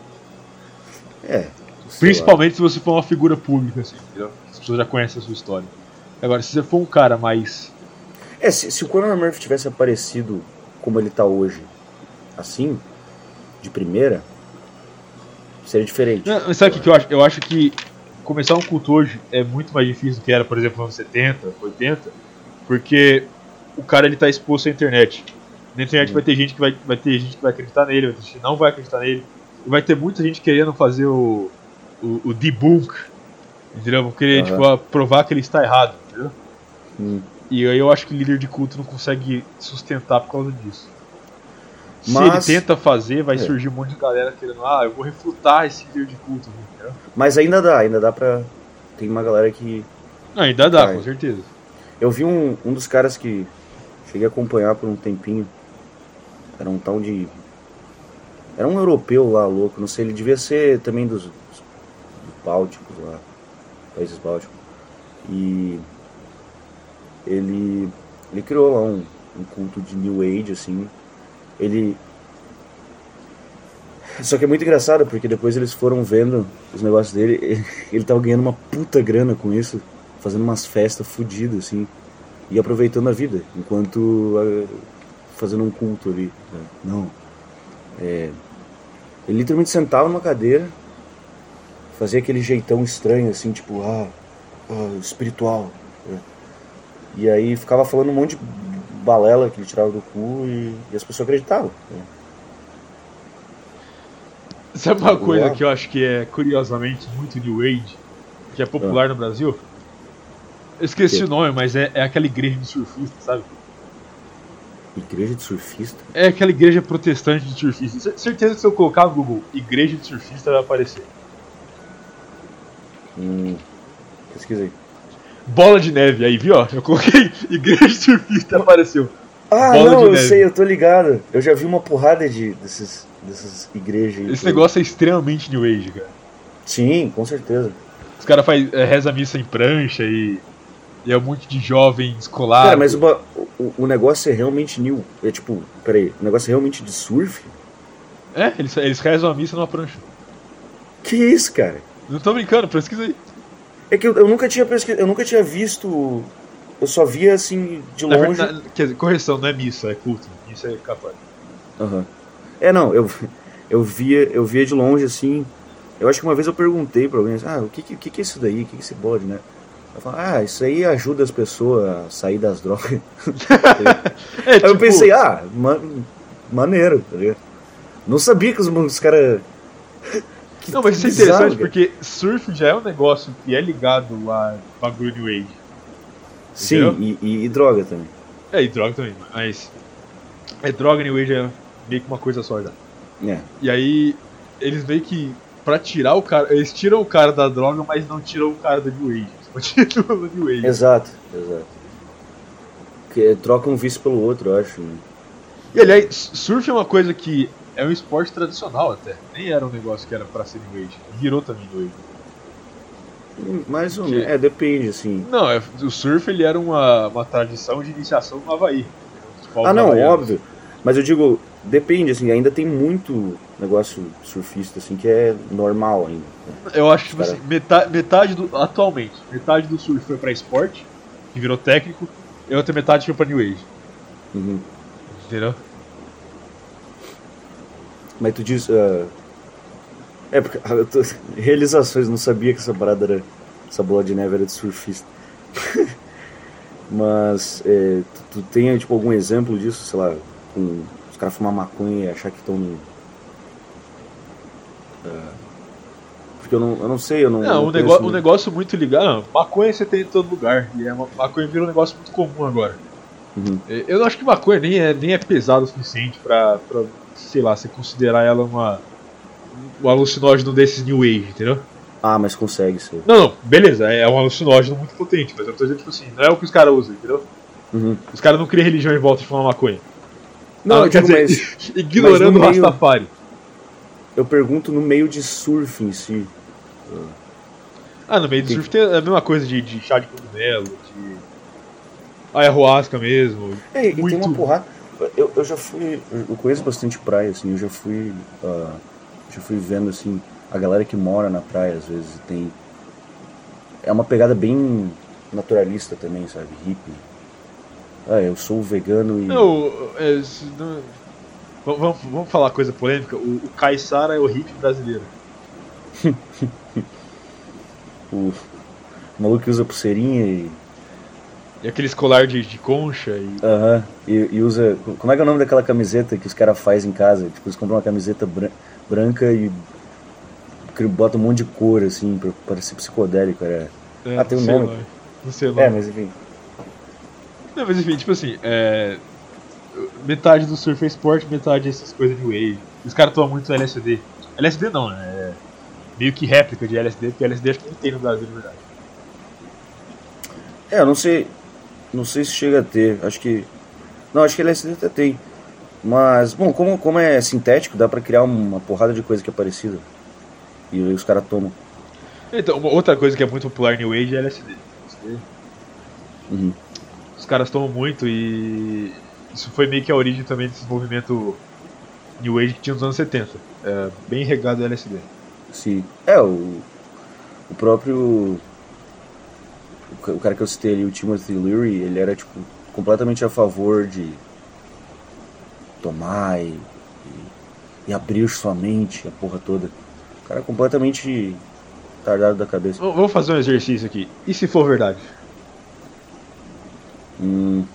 É. Principalmente lá. Se você for uma figura pública, assim, entendeu? As pessoas já conhecem a sua história. Agora, se você for um cara mais... É, se, se o Conor Murphy tivesse aparecido como ele tá hoje, assim, de primeira, seria diferente. Não, mas sabe o que eu acho? Eu acho que começar um culto hoje é muito mais difícil do que era, por exemplo, nos anos setenta, oitenta, porque o cara ele tá exposto à internet. Na internet uhum. vai ter gente que vai, vai ter gente que vai acreditar nele, vai ter gente que não vai acreditar nele, e vai ter muita gente querendo fazer o, o, o debunk, entendeu? Vão querer uhum. tipo, provar que ele está errado, entendeu? Uhum. E aí eu acho que o líder de culto não consegue sustentar por causa disso. Se Mas, ele tenta fazer, vai é. surgir um monte de galera querendo, ah, eu vou refutar esse líder de culto. Entendeu? Mas ainda dá, ainda dá pra... Tem uma galera que... Não, ainda dá, vai. Com certeza. Eu vi um, um dos caras que cheguei a acompanhar por um tempinho. Era um tal de... Era um europeu lá, louco, não sei, ele devia ser também dos, dos Bálticos lá, países Bálticos. E ele, ele criou lá um, um culto de New Age, assim. Ele... Só que é muito engraçado, porque depois eles foram vendo os negócios dele, ele, ele tava ganhando uma puta grana com isso, fazendo umas festas fodidas, assim, e aproveitando a vida, enquanto uh, fazendo um culto ali. Né? Não. É, ele literalmente sentava numa cadeira, fazia aquele jeitão estranho, assim, tipo, ah, ah espiritual. Né? E aí ficava falando um monte de balela que ele tirava do cu e, e as pessoas acreditavam. Né? Sabe uma coisa que eu acho que é, curiosamente, muito New Age, que é popular ah. no Brasil? Eu esqueci que? o nome, mas é, é aquela igreja de surfista, sabe? Igreja de surfista? É aquela igreja protestante de surfista. Certeza que se eu colocar no Google igreja de surfista vai aparecer. Hum, pesquisei. Bola de neve, aí viu? Ó, eu coloquei igreja de surfista e apareceu. Ah, Bola não, de eu neve. sei, eu tô ligado. Eu já vi uma porrada de, desses, dessas igrejas aí. Esse negócio é extremamente New Age, cara. Sim, com certeza. Os caras é, rezam missa em prancha e, e é um monte de jovem descolado. Cara, mas o, o, o negócio é realmente new. É tipo, peraí, o negócio é realmente de surf? É, eles, eles rezam a missa numa prancha. Que isso, cara? Não tô brincando, pesquisa aí. É que eu, eu nunca tinha pesquisado, eu nunca tinha visto. Eu só via assim, de longe. Na, na, quer dizer, correção, não é missa, é culto. Missa é católico. Aham. Uhum. É, não, eu, eu, via, eu via de longe assim. Eu acho que uma vez eu perguntei pra alguém, ah, o que, que, que é isso daí? O que, que você pode, né? Eu falo, ah, isso aí ajuda as pessoas a sair das drogas. é, aí tipo... eu pensei, ah, man, maneiro, tá ligado? Não sabia que os, os caras. Não, mas isso é interessante porque surf já é um negócio que é ligado a bagulho New Age. Sim, e, e, e droga também. É, e droga também, mas. É droga New Age é meio que uma coisa só já. É. E aí, eles meio que. Pra tirar o cara. Eles tiram o cara da droga, mas não tiram o cara do New Age. Continuam no New Age. Exato, exato. Que troca um vício pelo outro, eu acho. Né? E aliás, surf é uma coisa que. É um esporte tradicional até. Nem era um negócio que era pra ser New Age. Virou também New Age. Mais ou menos. É, depende, assim. Não, é, o surf ele era uma, uma tradição de iniciação no Havaí. Ah, não, óbvio. Mas eu digo, depende, assim, ainda tem muito negócio surfista, assim, que é normal ainda. Né? Eu acho que, tipo, assim, metade, metade do. Atualmente, metade do surf foi pra esporte, que virou técnico, e a outra metade foi pra New Age. Uhum. Entendeu? Mas tu diz. Uh... É, porque eu tô... realizações, não sabia que essa parada era. Essa bola de neve era de surfista. Mas é, tu, tu tem tipo, algum exemplo disso, sei lá, com os caras fumar maconha e achar que estão no. Uh... Porque eu não, eu não sei, eu não. Não, eu não um, negócio, um negócio muito ligado. Não, maconha você tem em todo lugar. E é uma, maconha vira um negócio muito comum agora. Uhum. Eu não acho que maconha nem é, nem é pesado o suficiente pra, pra, sei lá, você considerar ela uma, um alucinógeno desses New Age, entendeu? Ah, mas consegue ser. Não, não, beleza, é um alucinógeno muito potente, mas eu tô dizendo, tipo assim, não é o que os caras usam, entendeu? Uhum. Os caras não criam religião em volta de fumar maconha. Não, ah, quer dizer, mas, ignorando mas o Rastafari. Eu pergunto no meio de surf em si. Ah, no meio de surf tem a mesma coisa de, de chá de cogumelo, de ayahuasca mesmo. É, e muito... tem uma porrada. Eu, eu já fui. Eu conheço bastante praia, assim, eu já fui. Uh, já fui vendo assim, a galera que mora na praia, às vezes, tem. É uma pegada bem naturalista também, sabe? Hippie. Ah, eu sou vegano e. Não, é, não... Vamos, vamos falar coisa polêmica. O, o Caiçara é o hippie brasileiro. O maluco que usa pulseirinha e. E aqueles colar de, de concha e... Aham, uh-huh. e, e usa... Como é que é o nome daquela camiseta que os caras fazem em casa? Tipo, eles compram uma camiseta bran- branca e botam um monte de cor, assim, pra parecer psicodélico, era... É, ah, tem um nome. nome. Não sei o nome. É, mas enfim. Não, mas enfim, tipo assim, é... metade do surf é esporte, metade essas coisas de wave. Os caras tomam muito L S D. L S D não, né? É meio que réplica de L S D, porque L S D acho que nem tem no Brasil, na verdade. É, eu não sei... Não sei se chega a ter, acho que... Não, acho que L S D até tem. Mas, bom, como, como é sintético, dá pra criar uma porrada de coisa que é parecida. E aí os caras tomam. Então, uma outra coisa que é muito popular New Age é L S D. L S D. Uhum. Os caras tomam muito e... Isso foi meio que a origem também desse movimento New Age que tinha nos anos setenta. É bem regado a L S D. Sim. É, o... O próprio... o cara que eu citei ali, o Timothy Leary, ele era, tipo, completamente a favor de tomar e, e, e abrir sua mente, a porra toda. O cara é completamente tardado da cabeça. Vamos fazer um exercício aqui. E se for verdade? Hum.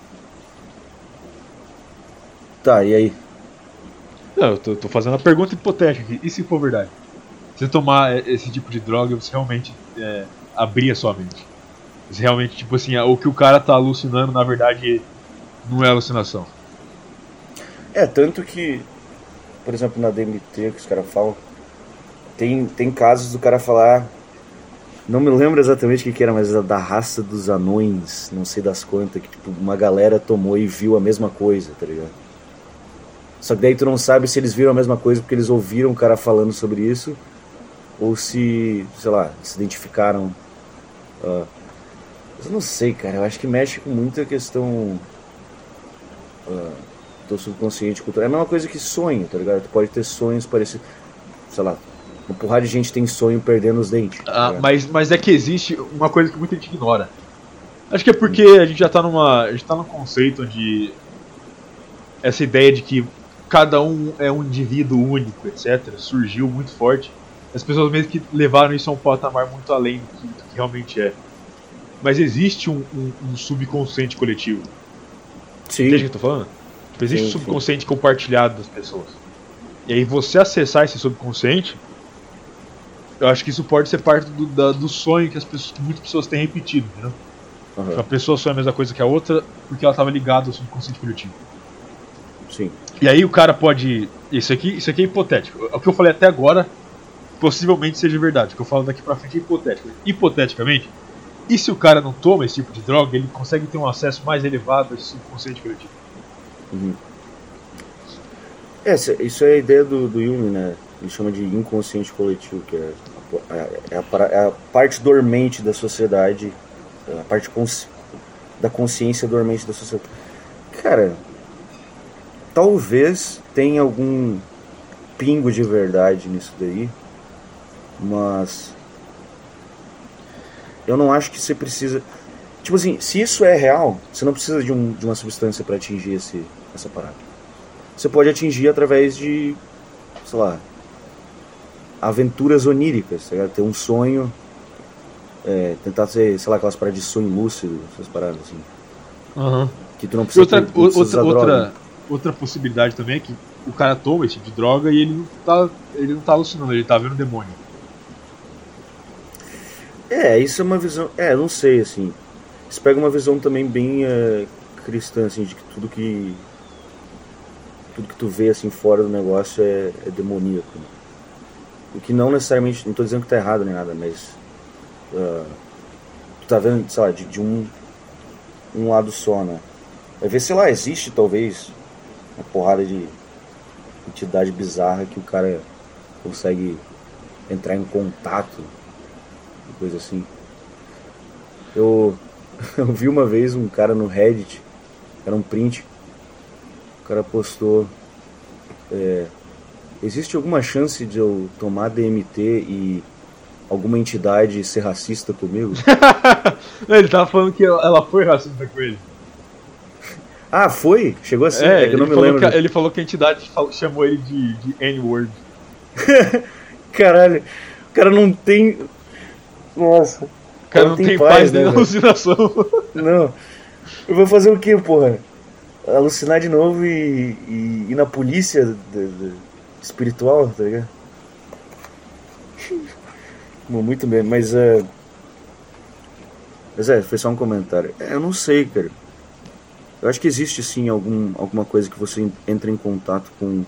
Tá, e aí? Não, eu tô, tô fazendo uma pergunta hipotética aqui. E se for verdade? Você tomar esse tipo de droga, você realmente é, abrir a sua mente. Você realmente, tipo assim, o que o cara tá alucinando, na verdade, não é alucinação. É, tanto que, por exemplo, na D M T, que os caras falam, tem, tem casos do cara falar, não me lembro exatamente o que, que era, mas da raça dos anões, não sei das quantas, que tipo, uma galera tomou e viu a mesma coisa, tá ligado? Só que daí tu não sabe se eles viram a mesma coisa porque eles ouviram o cara falando sobre isso, ou se, sei lá, se identificaram. Uh, eu não sei, cara, eu acho que mexe com muita questão uh, do subconsciente cultural. É a mesma coisa que sonho, tá ligado? Tu pode ter sonhos parecidos, sei lá, uma porrada de gente tem sonho perdendo os dentes. Ah, tá mas, mas é que existe uma coisa que muita gente ignora. Acho que é porque a gente já tá numa. A gente tá num conceito onde essa ideia de que cada um é um indivíduo único, etcétera, surgiu muito forte. As pessoas mesmo que levaram isso a um patamar muito além do que, do que realmente é. Mas existe um, um, um subconsciente coletivo. Sim. Entende o que eu tô falando? Tipo, existe sim, um subconsciente sim. compartilhado das pessoas. E aí você acessar esse subconsciente, eu acho que isso pode ser parte do, da, do sonho que, as pessoas, que muitas pessoas têm repetido, né? Uhum. A pessoa sonha a mesma coisa que a outra porque ela estava ligada ao subconsciente coletivo. Sim. E aí o cara pode... Isso aqui, isso aqui é hipotético. O que eu falei até agora possivelmente seja verdade. O que eu falo daqui pra frente é hipotético. Hipoteticamente, e se o cara não toma esse tipo de droga, ele consegue ter um acesso mais elevado a esse subconsciente coletivo. Uhum. É, isso é a ideia do, do Jung, né? Ele chama de inconsciente coletivo, que é a, é a, é a parte dormente da sociedade, a parte consci, da consciência dormente da sociedade. Cara, talvez tenha algum pingo de verdade nisso daí, mas eu não acho que você precisa... Tipo assim, se isso é real, você não precisa de, um, de uma substância para atingir esse, essa parada. Você pode atingir através de, sei lá, aventuras oníricas, tá ligado? Ter um sonho, é, tentar ser, sei lá, aquelas paradas de sonho lúcido, essas paradas assim. Uhum. Que tu não precisa, outra, ter, não precisa outra, droga. Outra, outra possibilidade também é que o cara toma esse tipo de droga e ele não tá, ele não tá alucinando, ele tá vendo demônio. É, isso é uma visão... É, não sei, assim. Isso pega uma visão também bem uh, cristã, assim, de que tudo que... Tudo que tu vê, assim, fora do negócio é, é demoníaco. Né? O que não necessariamente... Não tô dizendo que tá errado nem nada, mas... Uh, tu tá vendo, sei lá, de, de um... Um lado só, né? Vai ver, sei lá, existe, talvez, uma porrada de entidade bizarra que o cara consegue entrar em contato... Coisa assim. Eu, eu vi uma vez um cara no Reddit, era um print, o cara postou, é, existe alguma chance de eu tomar D M T e alguma entidade ser racista comigo? Ele tava falando que ela foi racista com ele. Ah, foi? Chegou assim? É, é que eu não me falou lembro. Que, ele falou que a entidade chamou ele de, de N-word. Caralho, o cara não tem... Nossa. O cara não tem, tem paz, paz nem né, alucinação. Não. Eu vou fazer o que, porra? Alucinar de novo e, e ir na polícia de, de, espiritual, tá ligado? Muito bem, mas é. Mas é, foi só um comentário. É, eu não sei, cara. Eu acho que existe sim algum, alguma coisa que você entra em contato com.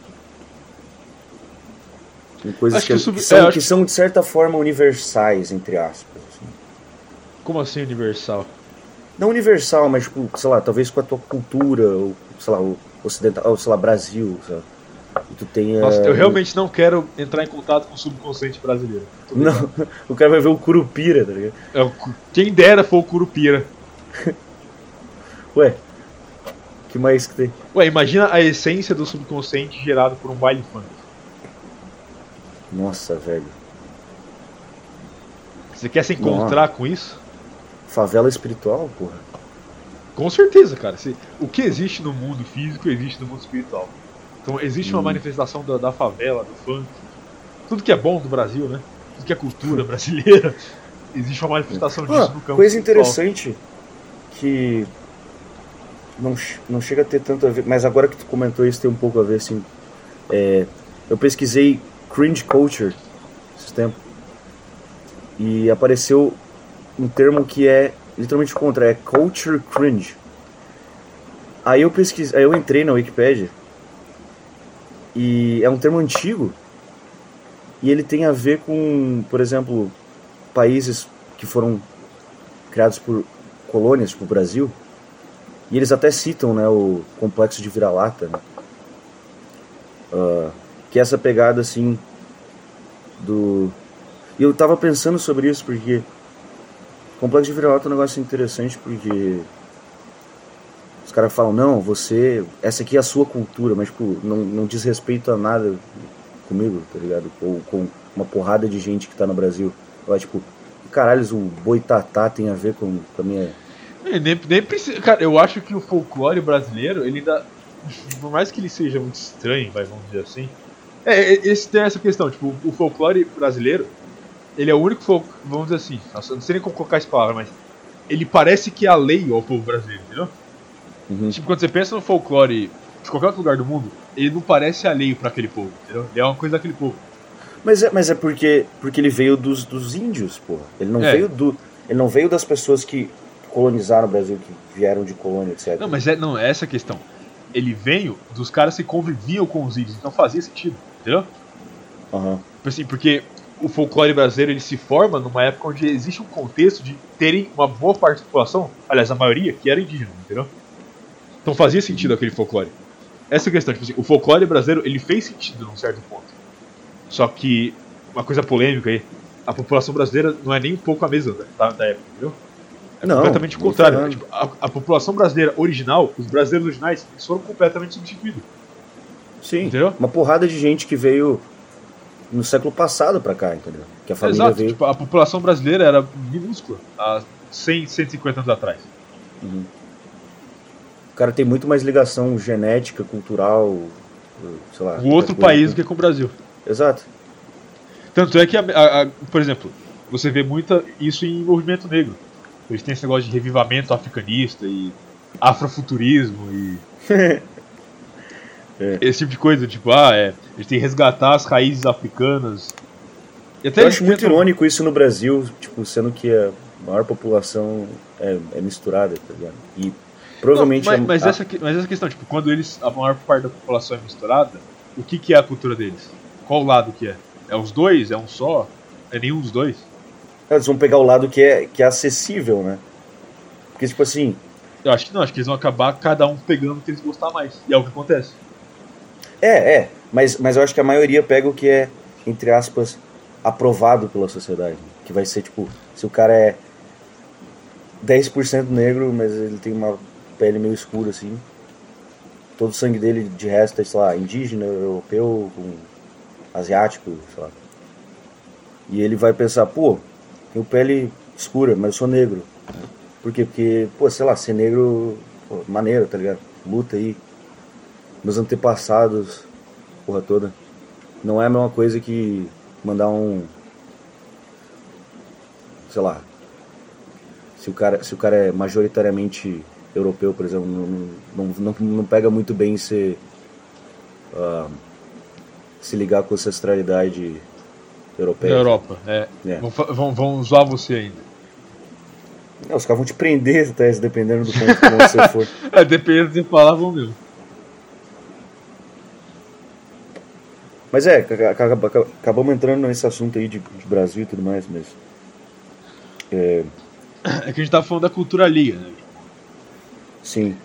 Com coisas que, que, sub... que, são, é, que são de certa forma universais, entre aspas. Assim. Como assim universal? Não universal, mas tipo, sei lá, talvez com a tua cultura, ou sei lá, o ocidental, ou sei lá, Brasil, sabe? E tu tenha... Nossa, eu realmente não quero entrar em contato com o subconsciente brasileiro. Não, o cara vai ver o Curupira, tá ligado? É, quem dera for o Curupira. Ué, que mais que tem? Ué, imagina a essência do subconsciente gerado por um baile funk. Nossa, velho. Você quer se encontrar Nossa. com isso? Favela espiritual, porra. Com certeza, cara. Se, o que existe no mundo físico existe no mundo espiritual. Então existe uma hum. manifestação da, da favela, do funk, tudo que é bom do Brasil, né? Tudo que é cultura brasileira, existe uma manifestação disso ah, no campo coisa espiritual. Interessante que não, não chega a ter tanto a ver, mas agora que tu comentou isso tem um pouco a ver, assim. É, eu pesquisei cringe culture esses tempos e apareceu um termo que é literalmente contra, é culture cringe. Aí eu pesquisei, aí eu entrei na Wikipedia e é um termo antigo e ele tem a ver com, por exemplo, países que foram criados por colônias, tipo o Brasil, e eles até citam, né, o complexo de vira-lata, né? Uh, que é essa pegada assim do... E eu tava pensando sobre isso porque o complexo de vira-lata é um negócio interessante porque os caras falam, não, você, essa aqui é a sua cultura, mas tipo, não, não diz respeito a nada comigo, tá ligado? Ou com uma porrada de gente que tá no Brasil. Eu, tipo, caralho, o boitatá tem a ver com, com a minha... É, nem, nem precisa, cara, eu acho que o folclore brasileiro, ele ainda, por mais que ele seja muito estranho, vai, vamos dizer assim, é, esse, tem essa questão, tipo, o folclore brasileiro, ele é o único folk, vamos dizer assim, nossa, não sei nem como colocar essa palavra, mas ele parece que é a lei ao povo brasileiro, entendeu? Uhum. Tipo, quando você pensa no folclore de qualquer outro lugar do mundo, ele não parece alheio pra aquele povo, entendeu? Ele é uma coisa daquele povo. Mas é, mas é porque, porque ele veio dos, dos índios, porra. Ele não, é. veio do, ele não veio das pessoas que colonizaram o Brasil, que vieram de colônia, etcétera. Não, mas é, não, é essa a questão. Ele veio dos caras que conviviam com os índios, então fazia sentido, entendeu? Uhum. Assim, porque o folclore brasileiro ele se forma numa época onde existe um contexto de terem uma boa parte da população, aliás, a maioria, que era indígena, entendeu? Então fazia sentido aquele folclore. Essa é a questão, tipo assim, o folclore brasileiro ele fez sentido num certo ponto. Só que, uma coisa polêmica aí, a população brasileira não é nem um pouco a mesma da, da época, entendeu? É não, completamente o contrário. Né? Tipo, a, a população brasileira original, os brasileiros originais, eles foram completamente substituídos. Sim, entendeu? Uma porrada de gente que veio no século passado pra cá, entendeu? Que a família Exato, veio... tipo, a população brasileira era minúscula há cem, cento e cinquenta anos atrás. Uhum. O cara tem muito mais ligação genética, cultural, sei lá... Com outro país do que com o Brasil. Exato. Tanto é que, a, a, a, por exemplo, você vê muito isso em movimento negro. Eles têm esse negócio de revivamento africanista e afrofuturismo e... é. Esse tipo de coisa, tipo, ah, é, eles têm que resgatar as raízes africanas. E até eu acho muito tentam... irônico isso no Brasil, tipo, sendo que a maior população é, é misturada, tá ligado? E provavelmente... Não, mas, a... mas, essa, mas essa questão, tipo, quando eles, a maior parte da população é misturada, o que, que é a cultura deles? Qual lado que é? É os dois? É um só? É nenhum dos dois? Eles vão pegar o lado que é, que é acessível, né? Porque, tipo assim... Eu acho que não, acho que eles vão acabar cada um pegando o que eles gostar mais. E é o que acontece. É, é. Mas, mas eu acho que a maioria pega o que é, entre aspas, aprovado pela sociedade. Que vai ser, tipo, se o cara é dez por cento negro, mas ele tem uma pele meio escura, assim. Todo o sangue dele, de resto, é, sei lá, indígena, europeu, com asiático, sei lá. E ele vai pensar, pô, tenho pele escura, mas eu sou negro. Por quê? Porque, pô, sei lá, ser negro, pô, maneiro, tá ligado? Luta aí. Meus antepassados, porra toda. Não é a mesma coisa que mandar um... Sei lá. Se o cara, se o cara é majoritariamente europeu, por exemplo, não, não, não, não pega muito bem se... Uh, se ligar com a ancestralidade europeia. Da Europa, é. é. Vão, vão, vão usar você ainda. Não, os caras vão te prender, tá, dependendo do ponto que você for. É, dependendo do que você falar, vão mesmo. Mas é, acabamos entrando nesse assunto aí de, de Brasil e tudo mais, mas... É... é que a gente tá falando da cultura alheia, né? Sim.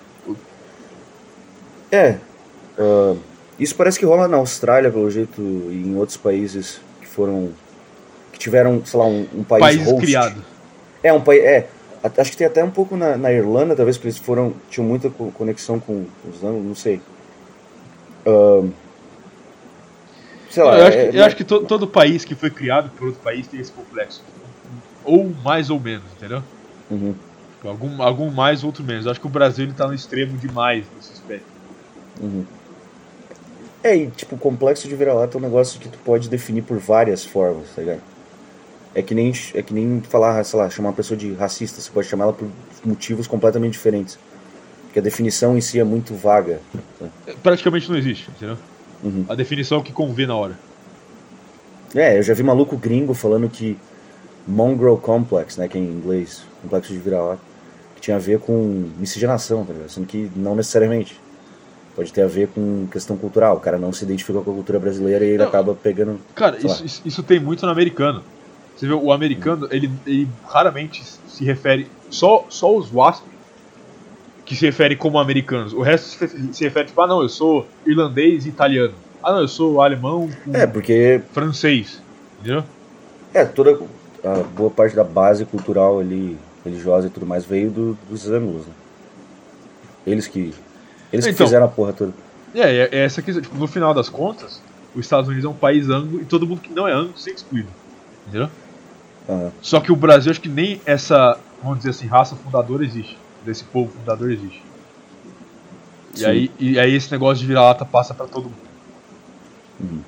É. Uh, isso parece que rola na Austrália, pelo jeito, e em outros países que foram... que tiveram, sei lá, um, um país, país host. criado. É, um país... É, acho que tem até um pouco na, na Irlanda, talvez, porque eles foram... tinham muita conexão com os anos, não sei. Uh, sei lá... Eu acho que, é, eu acho que to, todo país que foi criado por outro país tem esse complexo. Ou mais ou menos, entendeu? Uhum. Algum, algum mais, outro menos. Eu acho que o Brasil ele tá no extremo demais nesse aspecto. Uhum. É, e tipo, o complexo de vira-lata é um negócio que tu pode definir por várias formas, tá ligado? É que nem, é que nem falar, sei lá, chamar uma pessoa de racista, você pode chamar ela por motivos completamente diferentes. Porque a definição em si é muito vaga. Tá? Praticamente não existe, entendeu? Uhum. A definição é o que convém na hora. É, eu já vi maluco gringo falando que mongrel complex, né, que é em inglês, complexo de vira-lata, que tinha a ver com miscigenação, tá ligado? Sendo que não necessariamente. Pode ter a ver com questão cultural. O cara não se identifica com a cultura brasileira e ele Não, acaba pegando... Cara, isso, isso, isso tem muito no americano. Você vê, o americano, uhum. ele, ele raramente se refere... Só, só os WASP que se refere como americanos. O resto se, se refere tipo, ah não, eu sou irlandês e italiano. Ah não, eu sou alemão com é, porque... francês. Entendeu? É, toda a boa parte da base cultural ali, religiosa e tudo mais, veio do, dos anglos, né? Eles que... Eles que então, fizeram a porra toda. É, é essa questão. Tipo, no final das contas, os Estados Unidos é um país anglo e todo mundo que não é anglo se é excluído. Entendeu? Uhum. Só que o Brasil, acho que nem essa, vamos dizer assim, raça fundadora existe. Desse povo fundador existe. E aí, e aí esse negócio de vira-lata passa pra todo mundo. Uhum.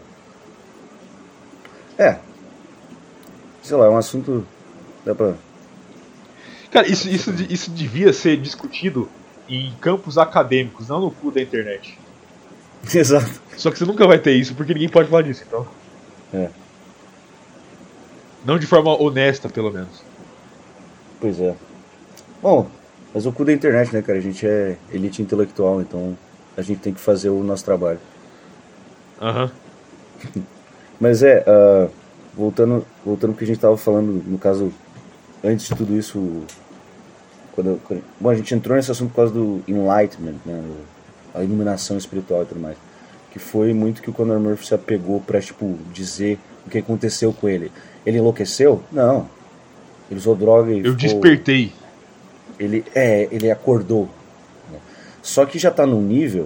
É. Sei lá, é um assunto... Dá pra... Cara, isso, isso, isso devia ser discutido em campos acadêmicos, não no cu da internet. Exato. Só que você nunca vai ter isso, porque ninguém pode falar disso, então. É. Não de forma honesta, pelo menos. Pois é. Bom, mas o cu da internet, né, cara? A gente é elite intelectual, então a gente tem que fazer o nosso trabalho. Aham. Uhum. Mas é, uh, voltando, voltando ao que a gente tava falando, no caso, antes de tudo isso... Quando, quando, bom, a gente entrou nesse assunto por causa do enlightenment, né, a iluminação espiritual e tudo mais, que foi muito que o Conor Murphy se apegou pra, tipo, dizer o que aconteceu com ele. Ele enlouqueceu? Não. Ele usou droga e Eu ficou, despertei. Ele, é, ele acordou. Né? Só que já tá num nível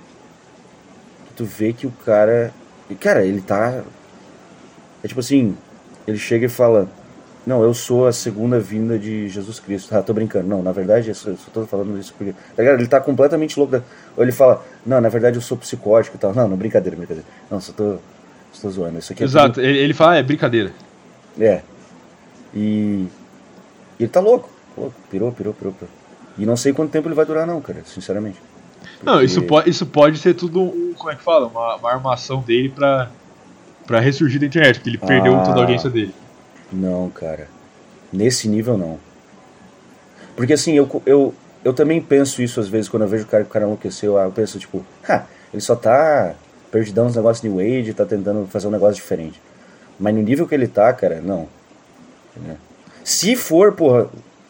que tu vê que o cara... Cara, ele tá... É tipo assim, ele chega e fala... Não, eu sou a segunda vinda de Jesus Cristo. Ah, tô brincando. Não, na verdade, eu só, eu só tô falando isso porque... Tá ligado? Ele tá completamente louco. Da... Ou ele fala, não, na verdade eu sou psicótico e tal. Não, não, brincadeira, brincadeira. Não, só tô, só tô zoando. Isso aqui é Exato, tudo... ele, ele fala, ah, é brincadeira. É. E... e ele tá louco. louco. Pirou, pirou, pirou, pirou. E não sei quanto tempo ele vai durar não, cara, sinceramente. Porque... Não, isso pode, isso pode ser tudo um, como é que fala? Uma, uma armação dele pra, pra ressurgir da internet, porque ele ah, perdeu toda a audiência dele. Não, cara. Nesse nível, não. Porque assim, eu, eu, eu também penso isso às vezes, quando eu vejo o cara que o cara enlouqueceu, eu penso tipo, ha, ele só tá perdidão nos negócios New Age, tá tentando fazer um negócio diferente. Mas no nível que ele tá, cara, não. Se for, porra,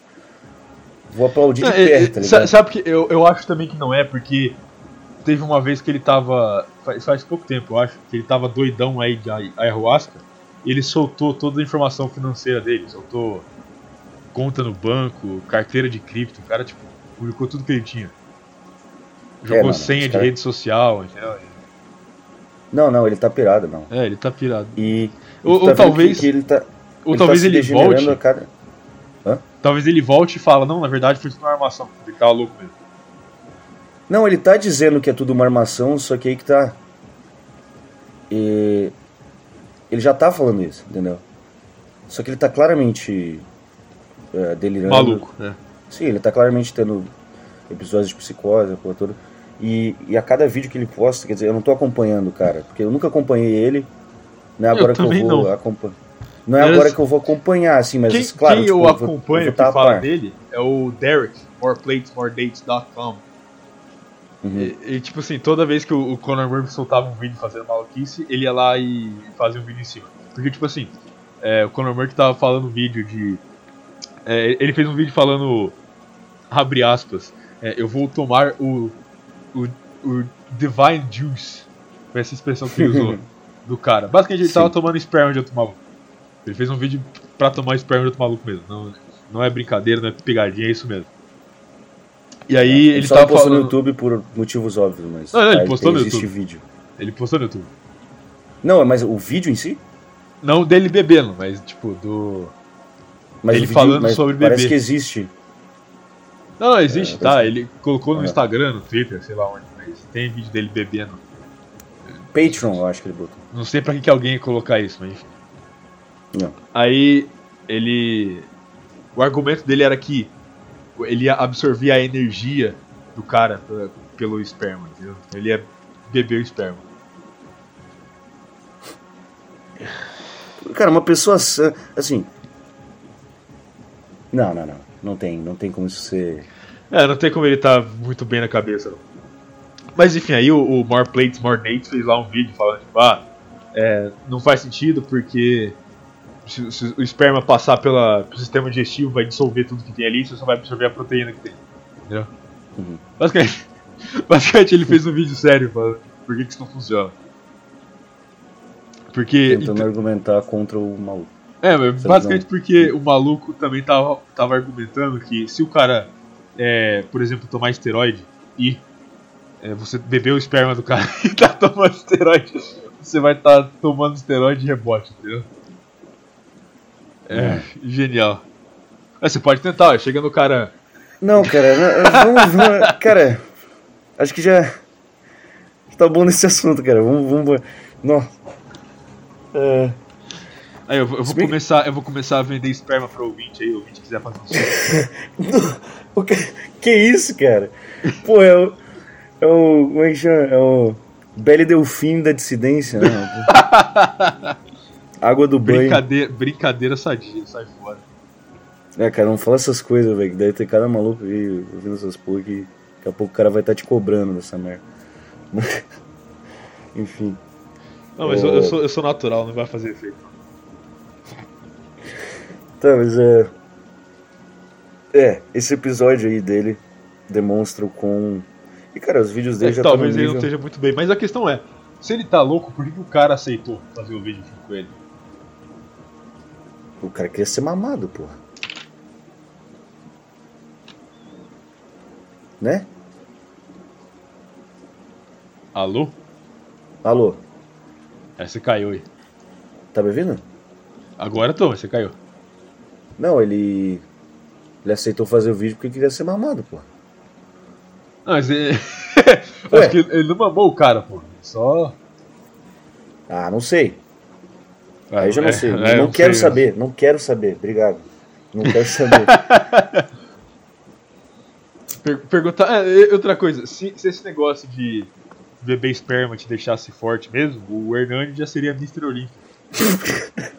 vou aplaudir de é, perto, tá ligado? Sabe que eu, eu acho também que não é, porque teve uma vez que ele tava, faz, faz pouco tempo, eu acho, que ele tava doidão aí de ayahuasca, e ele soltou toda a informação financeira dele, soltou conta no banco, carteira de cripto, o cara, tipo, publicou tudo que ele tinha. Jogou é, não, senha de cara... rede social, entendeu? Não, não, ele tá pirado, não. É, ele tá pirado. E, ou, tá ou talvez... Que, que ele tá, ou ele talvez tá ele volte... A cada... Hã? Talvez ele volte e fala, não, na verdade foi tudo uma armação, ele tava louco mesmo. Não, ele tá dizendo que é tudo uma armação, só que aí que tá... E... Ele já tá falando isso, entendeu? Só que ele tá claramente é, delirando. Maluco, né? Sim, ele tá claramente tendo episódios de psicose, a porra toda. E, e a cada vídeo que ele posta, quer dizer, eu não tô acompanhando, cara, porque eu nunca acompanhei ele. Não é agora eu que eu vou acompanhar. Não é mas agora que eu vou acompanhar, assim, mas quem, claro, quem tipo, eu acompanho que fala dele é o Derek, more plates more dates ponto com. Uhum. E, e tipo assim, toda vez que o, o Conor Murphy soltava um vídeo fazendo maluquice, ele ia lá e fazia um vídeo em cima. Porque tipo assim, é, o Conor Murphy tava falando um vídeo de... É, ele fez um vídeo falando, abre aspas, é, eu vou tomar o, o, o Divine Juice, foi essa expressão que ele usou, do cara. Basicamente ele Sim. tava tomando esperma de outro maluco. Ele fez um vídeo pra tomar esperma de outro maluco mesmo. Não, não é brincadeira, não é pegadinha, é isso mesmo. E aí é, ele, ele só tava postou falando... no YouTube por motivos óbvios, mas não, não, ele postou no existe YouTube. vídeo. Ele postou no YouTube. Não, mas o vídeo em si? Não dele bebendo, mas tipo do... Mas ele vídeo, falando mas sobre beber. Parece que existe. Não, não, existe, É, tá? mas- Ele colocou no Ah. Instagram, no Twitter, sei lá onde, mas tem vídeo dele bebendo. Patreon, eu acho que ele botou. Não sei pra que, que alguém ia colocar isso, mas enfim. Não. Aí ele. O argumento dele era que ele ia absorver a energia do cara p- pelo esperma, entendeu? Ele ia beber o esperma. Cara, uma pessoa sã, assim... Não, não, não. Não tem, não tem como isso ser... É, não tem como ele tá muito bem na cabeça, não. Mas enfim, aí o, o More Plates, More Nate fez lá um vídeo falando, tipo, ah, é, não faz sentido porque se, se o esperma passar pela, pelo sistema digestivo vai dissolver tudo que tem ali, você só vai absorver a proteína que tem. Entendeu? Uhum. Basicamente, basicamente ele fez um vídeo sério falando por que, que isso não funciona. Porque. Tentando argumentar contra o maluco. É, mas basicamente porque o maluco também tava, tava argumentando que se o cara, é, por exemplo, tomar esteroide e é, você beber o esperma do cara e tá tomando esteroide, você vai estar tá tomando esteroide de rebote, entendeu? É, É. genial. É, você pode tentar, ó, chega no cara. Não, cara, não, vamos, vamos... Cara, acho que já... Tá bom nesse assunto, cara. Vamos... vamos... Não. É... Aí eu, vou- eu vou Se bem que- começar, eu vou começar a vender esperma pro ouvinte aí, o ouvinte quiser fazer um som. O que, que isso, cara? Pô, é o... É o... Como é que chama? É o... Belle Delfim da dissidência, né? Água do banho. Brincadeira, brincadeira sadia, sai fora. É, cara, não fala essas coisas, velho. Que deve ter cada maluco aí ouvindo essas porra que daqui a pouco o cara vai estar te cobrando dessa merda. Enfim. Não, mas É. eu, eu sou, eu sou natural, não vai fazer efeito. Tá, mas é... É, esse episódio aí dele demonstra o quão... E, cara, os vídeos dele É, já talvez tá no ele nível... não esteja muito bem, mas a questão é, se ele tá louco, por que, que o cara aceitou fazer o vídeo junto com ele? O cara queria ser mamado, porra. Né? Alô? Alô, É, você caiu aí. tá me ouvindo? Agora tô, mas você caiu. Não, ele... Ele aceitou fazer o vídeo porque queria ser mamado, porra. Não, mas ele... Ué? Acho que ele não mamou o cara, pô. Só... Ah, não sei. Aí já não É, sei. é, não eu quero sei, saber. Não quero saber. Obrigado. Não quero saber. Per perguntar. É, outra coisa, se, se esse negócio de beber esperma te deixasse forte mesmo, o Hernani já seria mister Olímpio.